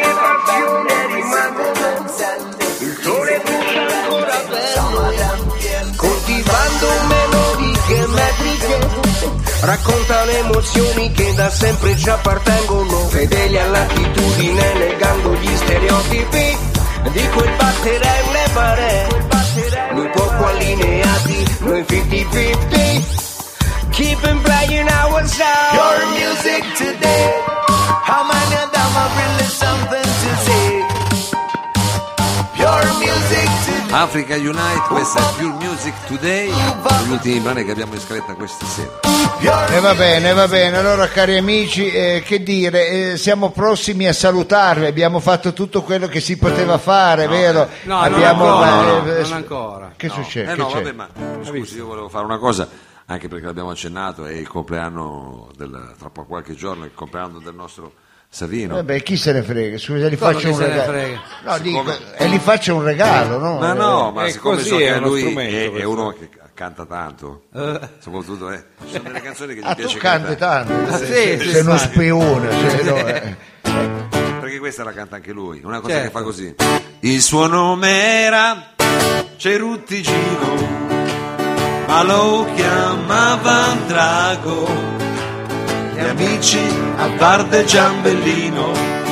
coltivando melodie metriche, raccontano emozioni che da sempre ci appartengono, fedeli all'attitudine negando gli stereotipi di quel battere e levare, noi poco allineati, noi 50-50. Keep on playing our sound. Your music today, how many of them have really something to say? Your music today. Africa Unite, questa è Pure Music Today, gli ultimi brani che abbiamo in scaletta questa sera. E va bene, allora cari amici, che dire, siamo prossimi a salutarvi, abbiamo fatto tutto quello che si poteva fare, vero? No, abbiamo, non ancora. Che succede? No, Che c'è? vabbè, ma scusi, io volevo fare una cosa, anche perché l'abbiamo accennato, è il compleanno tra qualche giorno, il compleanno del nostro Savino. Vabbè, chi se ne frega? Scusa, gli Come faccio chi un se ne regalo. frega? No, dico, e gli faccio un regalo, no? Ma no, ma è siccome così, so che è uno lui strumento è questo. uno che canta tanto, soprattutto ci sono delle canzoni che gli Ah, piace tu canti cantare. tanto, Sì, sei uno spione. Cioè, no, Perché questa la canta anche lui, una cosa Certo. che fa così. Il suo nome era Ceruttigino, ma lo chiamavano Drago. Gli amici al bar del Giambellino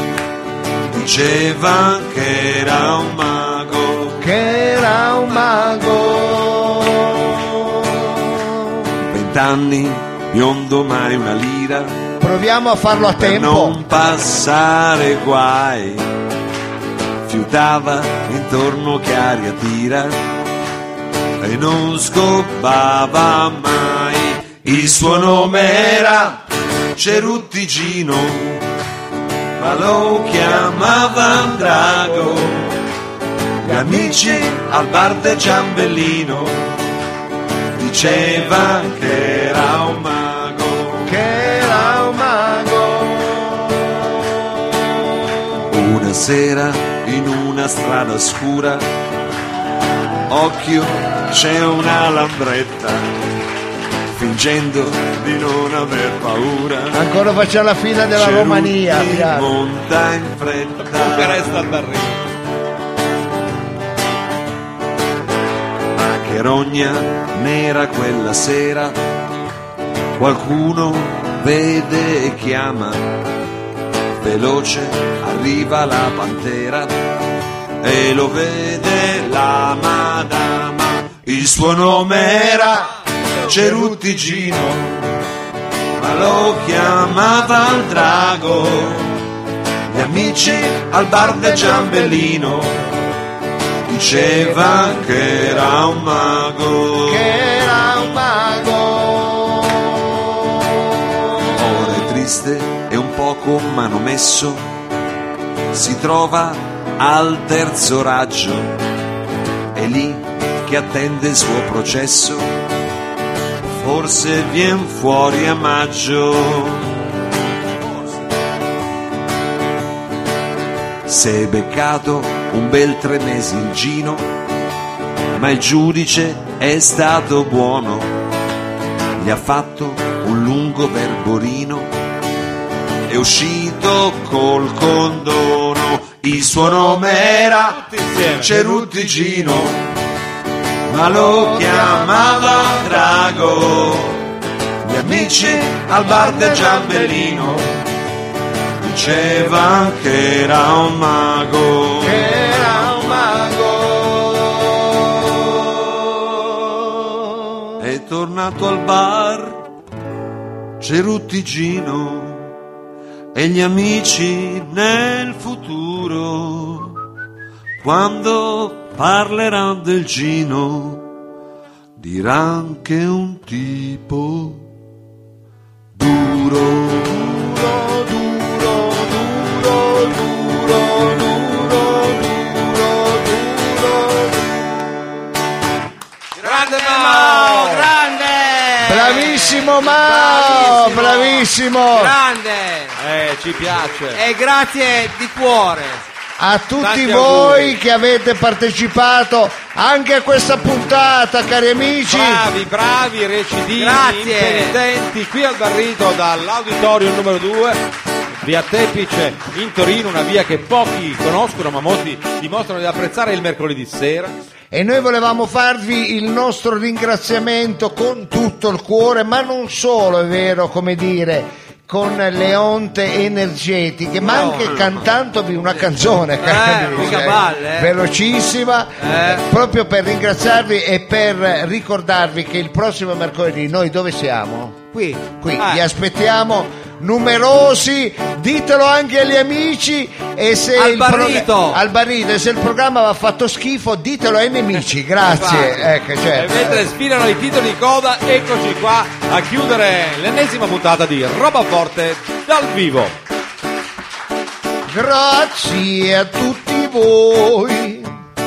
dicevano che era un mago. che era un mago. 20 anni, biondo mai una lira, Proviamo a farlo a per tempo. non passare guai. Fiutava intorno che aria tira e non scoppava mai. Il suo nome era Ceruttigino, ma lo chiamavano Drago. Gli amici al bar del Giambellino dicevano che era un mago. Che era un mago. Una sera in una strada scura, occhio, c'è una lambretta, fingendo di non aver paura. Ancora facciamo la fila della Cerutti Romania. piano. monta in fretta. Comunque resta al barrito. Ma che rogna nera quella sera, qualcuno vede e chiama, veloce arriva la pantera e lo vede la madama. Il suo nome era Ceruttigino, ma lo chiamava il Drago. Gli amici al bar del Giambellino diceva che era un mago. Che era un mago. Ora è triste e un poco manomesso, si trova al terzo raggio, è lì che attende il suo processo, forse vien fuori a maggio. Si è beccato un bel 3 mesi il Gino, ma il giudice è stato buono, gli ha fatto un lungo verborino, è uscito col condono. Il suo nome era Ceruttigino, ma lo chiamava Drago. Gli amici al bar del Giambellino diceva che era un mago. Che era un mago. È tornato al bar Ceruttigino e gli amici nel futuro, quando parleranno del Gino, diranno che è un tipo duro. Grande Mao! Grande! Bravissimo Mao, bravissimo. Grande! Ci piace. E grazie di cuore. A tutti Tanti voi auguri. che avete partecipato anche a questa puntata, cari amici. Bravi, recidivi, Grazie. impenitenti, qui al Barrito dall'Auditorium numero 2, via Tepice in Torino, una via che pochi conoscono ma molti dimostrano di apprezzare il mercoledì sera. E noi volevamo farvi il nostro ringraziamento con tutto il cuore, ma non solo, è vero, come dire, con le onte energetiche, ma anche cantandovi una canzone, cari amici, mica balle, velocissima, proprio per ringraziarvi e per ricordarvi che il prossimo mercoledì noi dove siamo? Qui. Vi aspettiamo numerosi, ditelo anche agli amici, e se Al il Barrito. al Barrito, e se il programma va fatto schifo ditelo ai nemici, grazie. Ecco, E certo. mentre sfilano i titoli di coda, eccoci qua a chiudere l'ennesima puntata di Roba Forte dal vivo. Grazie a tutti voi,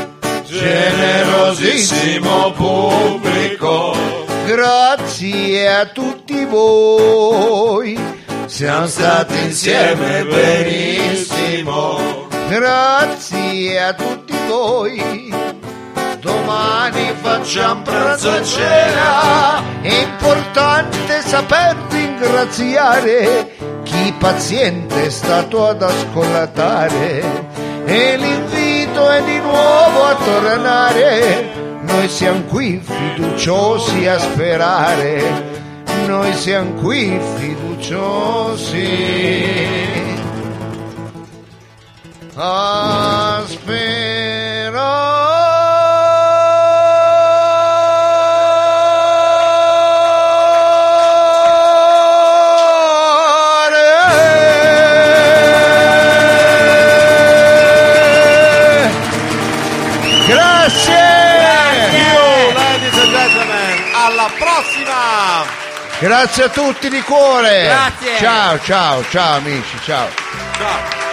Generosissimo pubblico, grazie a tutti voi, siamo stati insieme benissimo. Grazie a tutti voi, domani facciamo pranzo e cena. È importante saper ringraziare chi paziente è stato ad ascoltare, e l'invito è di nuovo a tornare. Noi siamo qui fiduciosi a sperare, noi siamo qui fiduciosi a Alla prossima! Grazie a tutti di cuore. Grazie. Ciao amici, ciao. Ciao.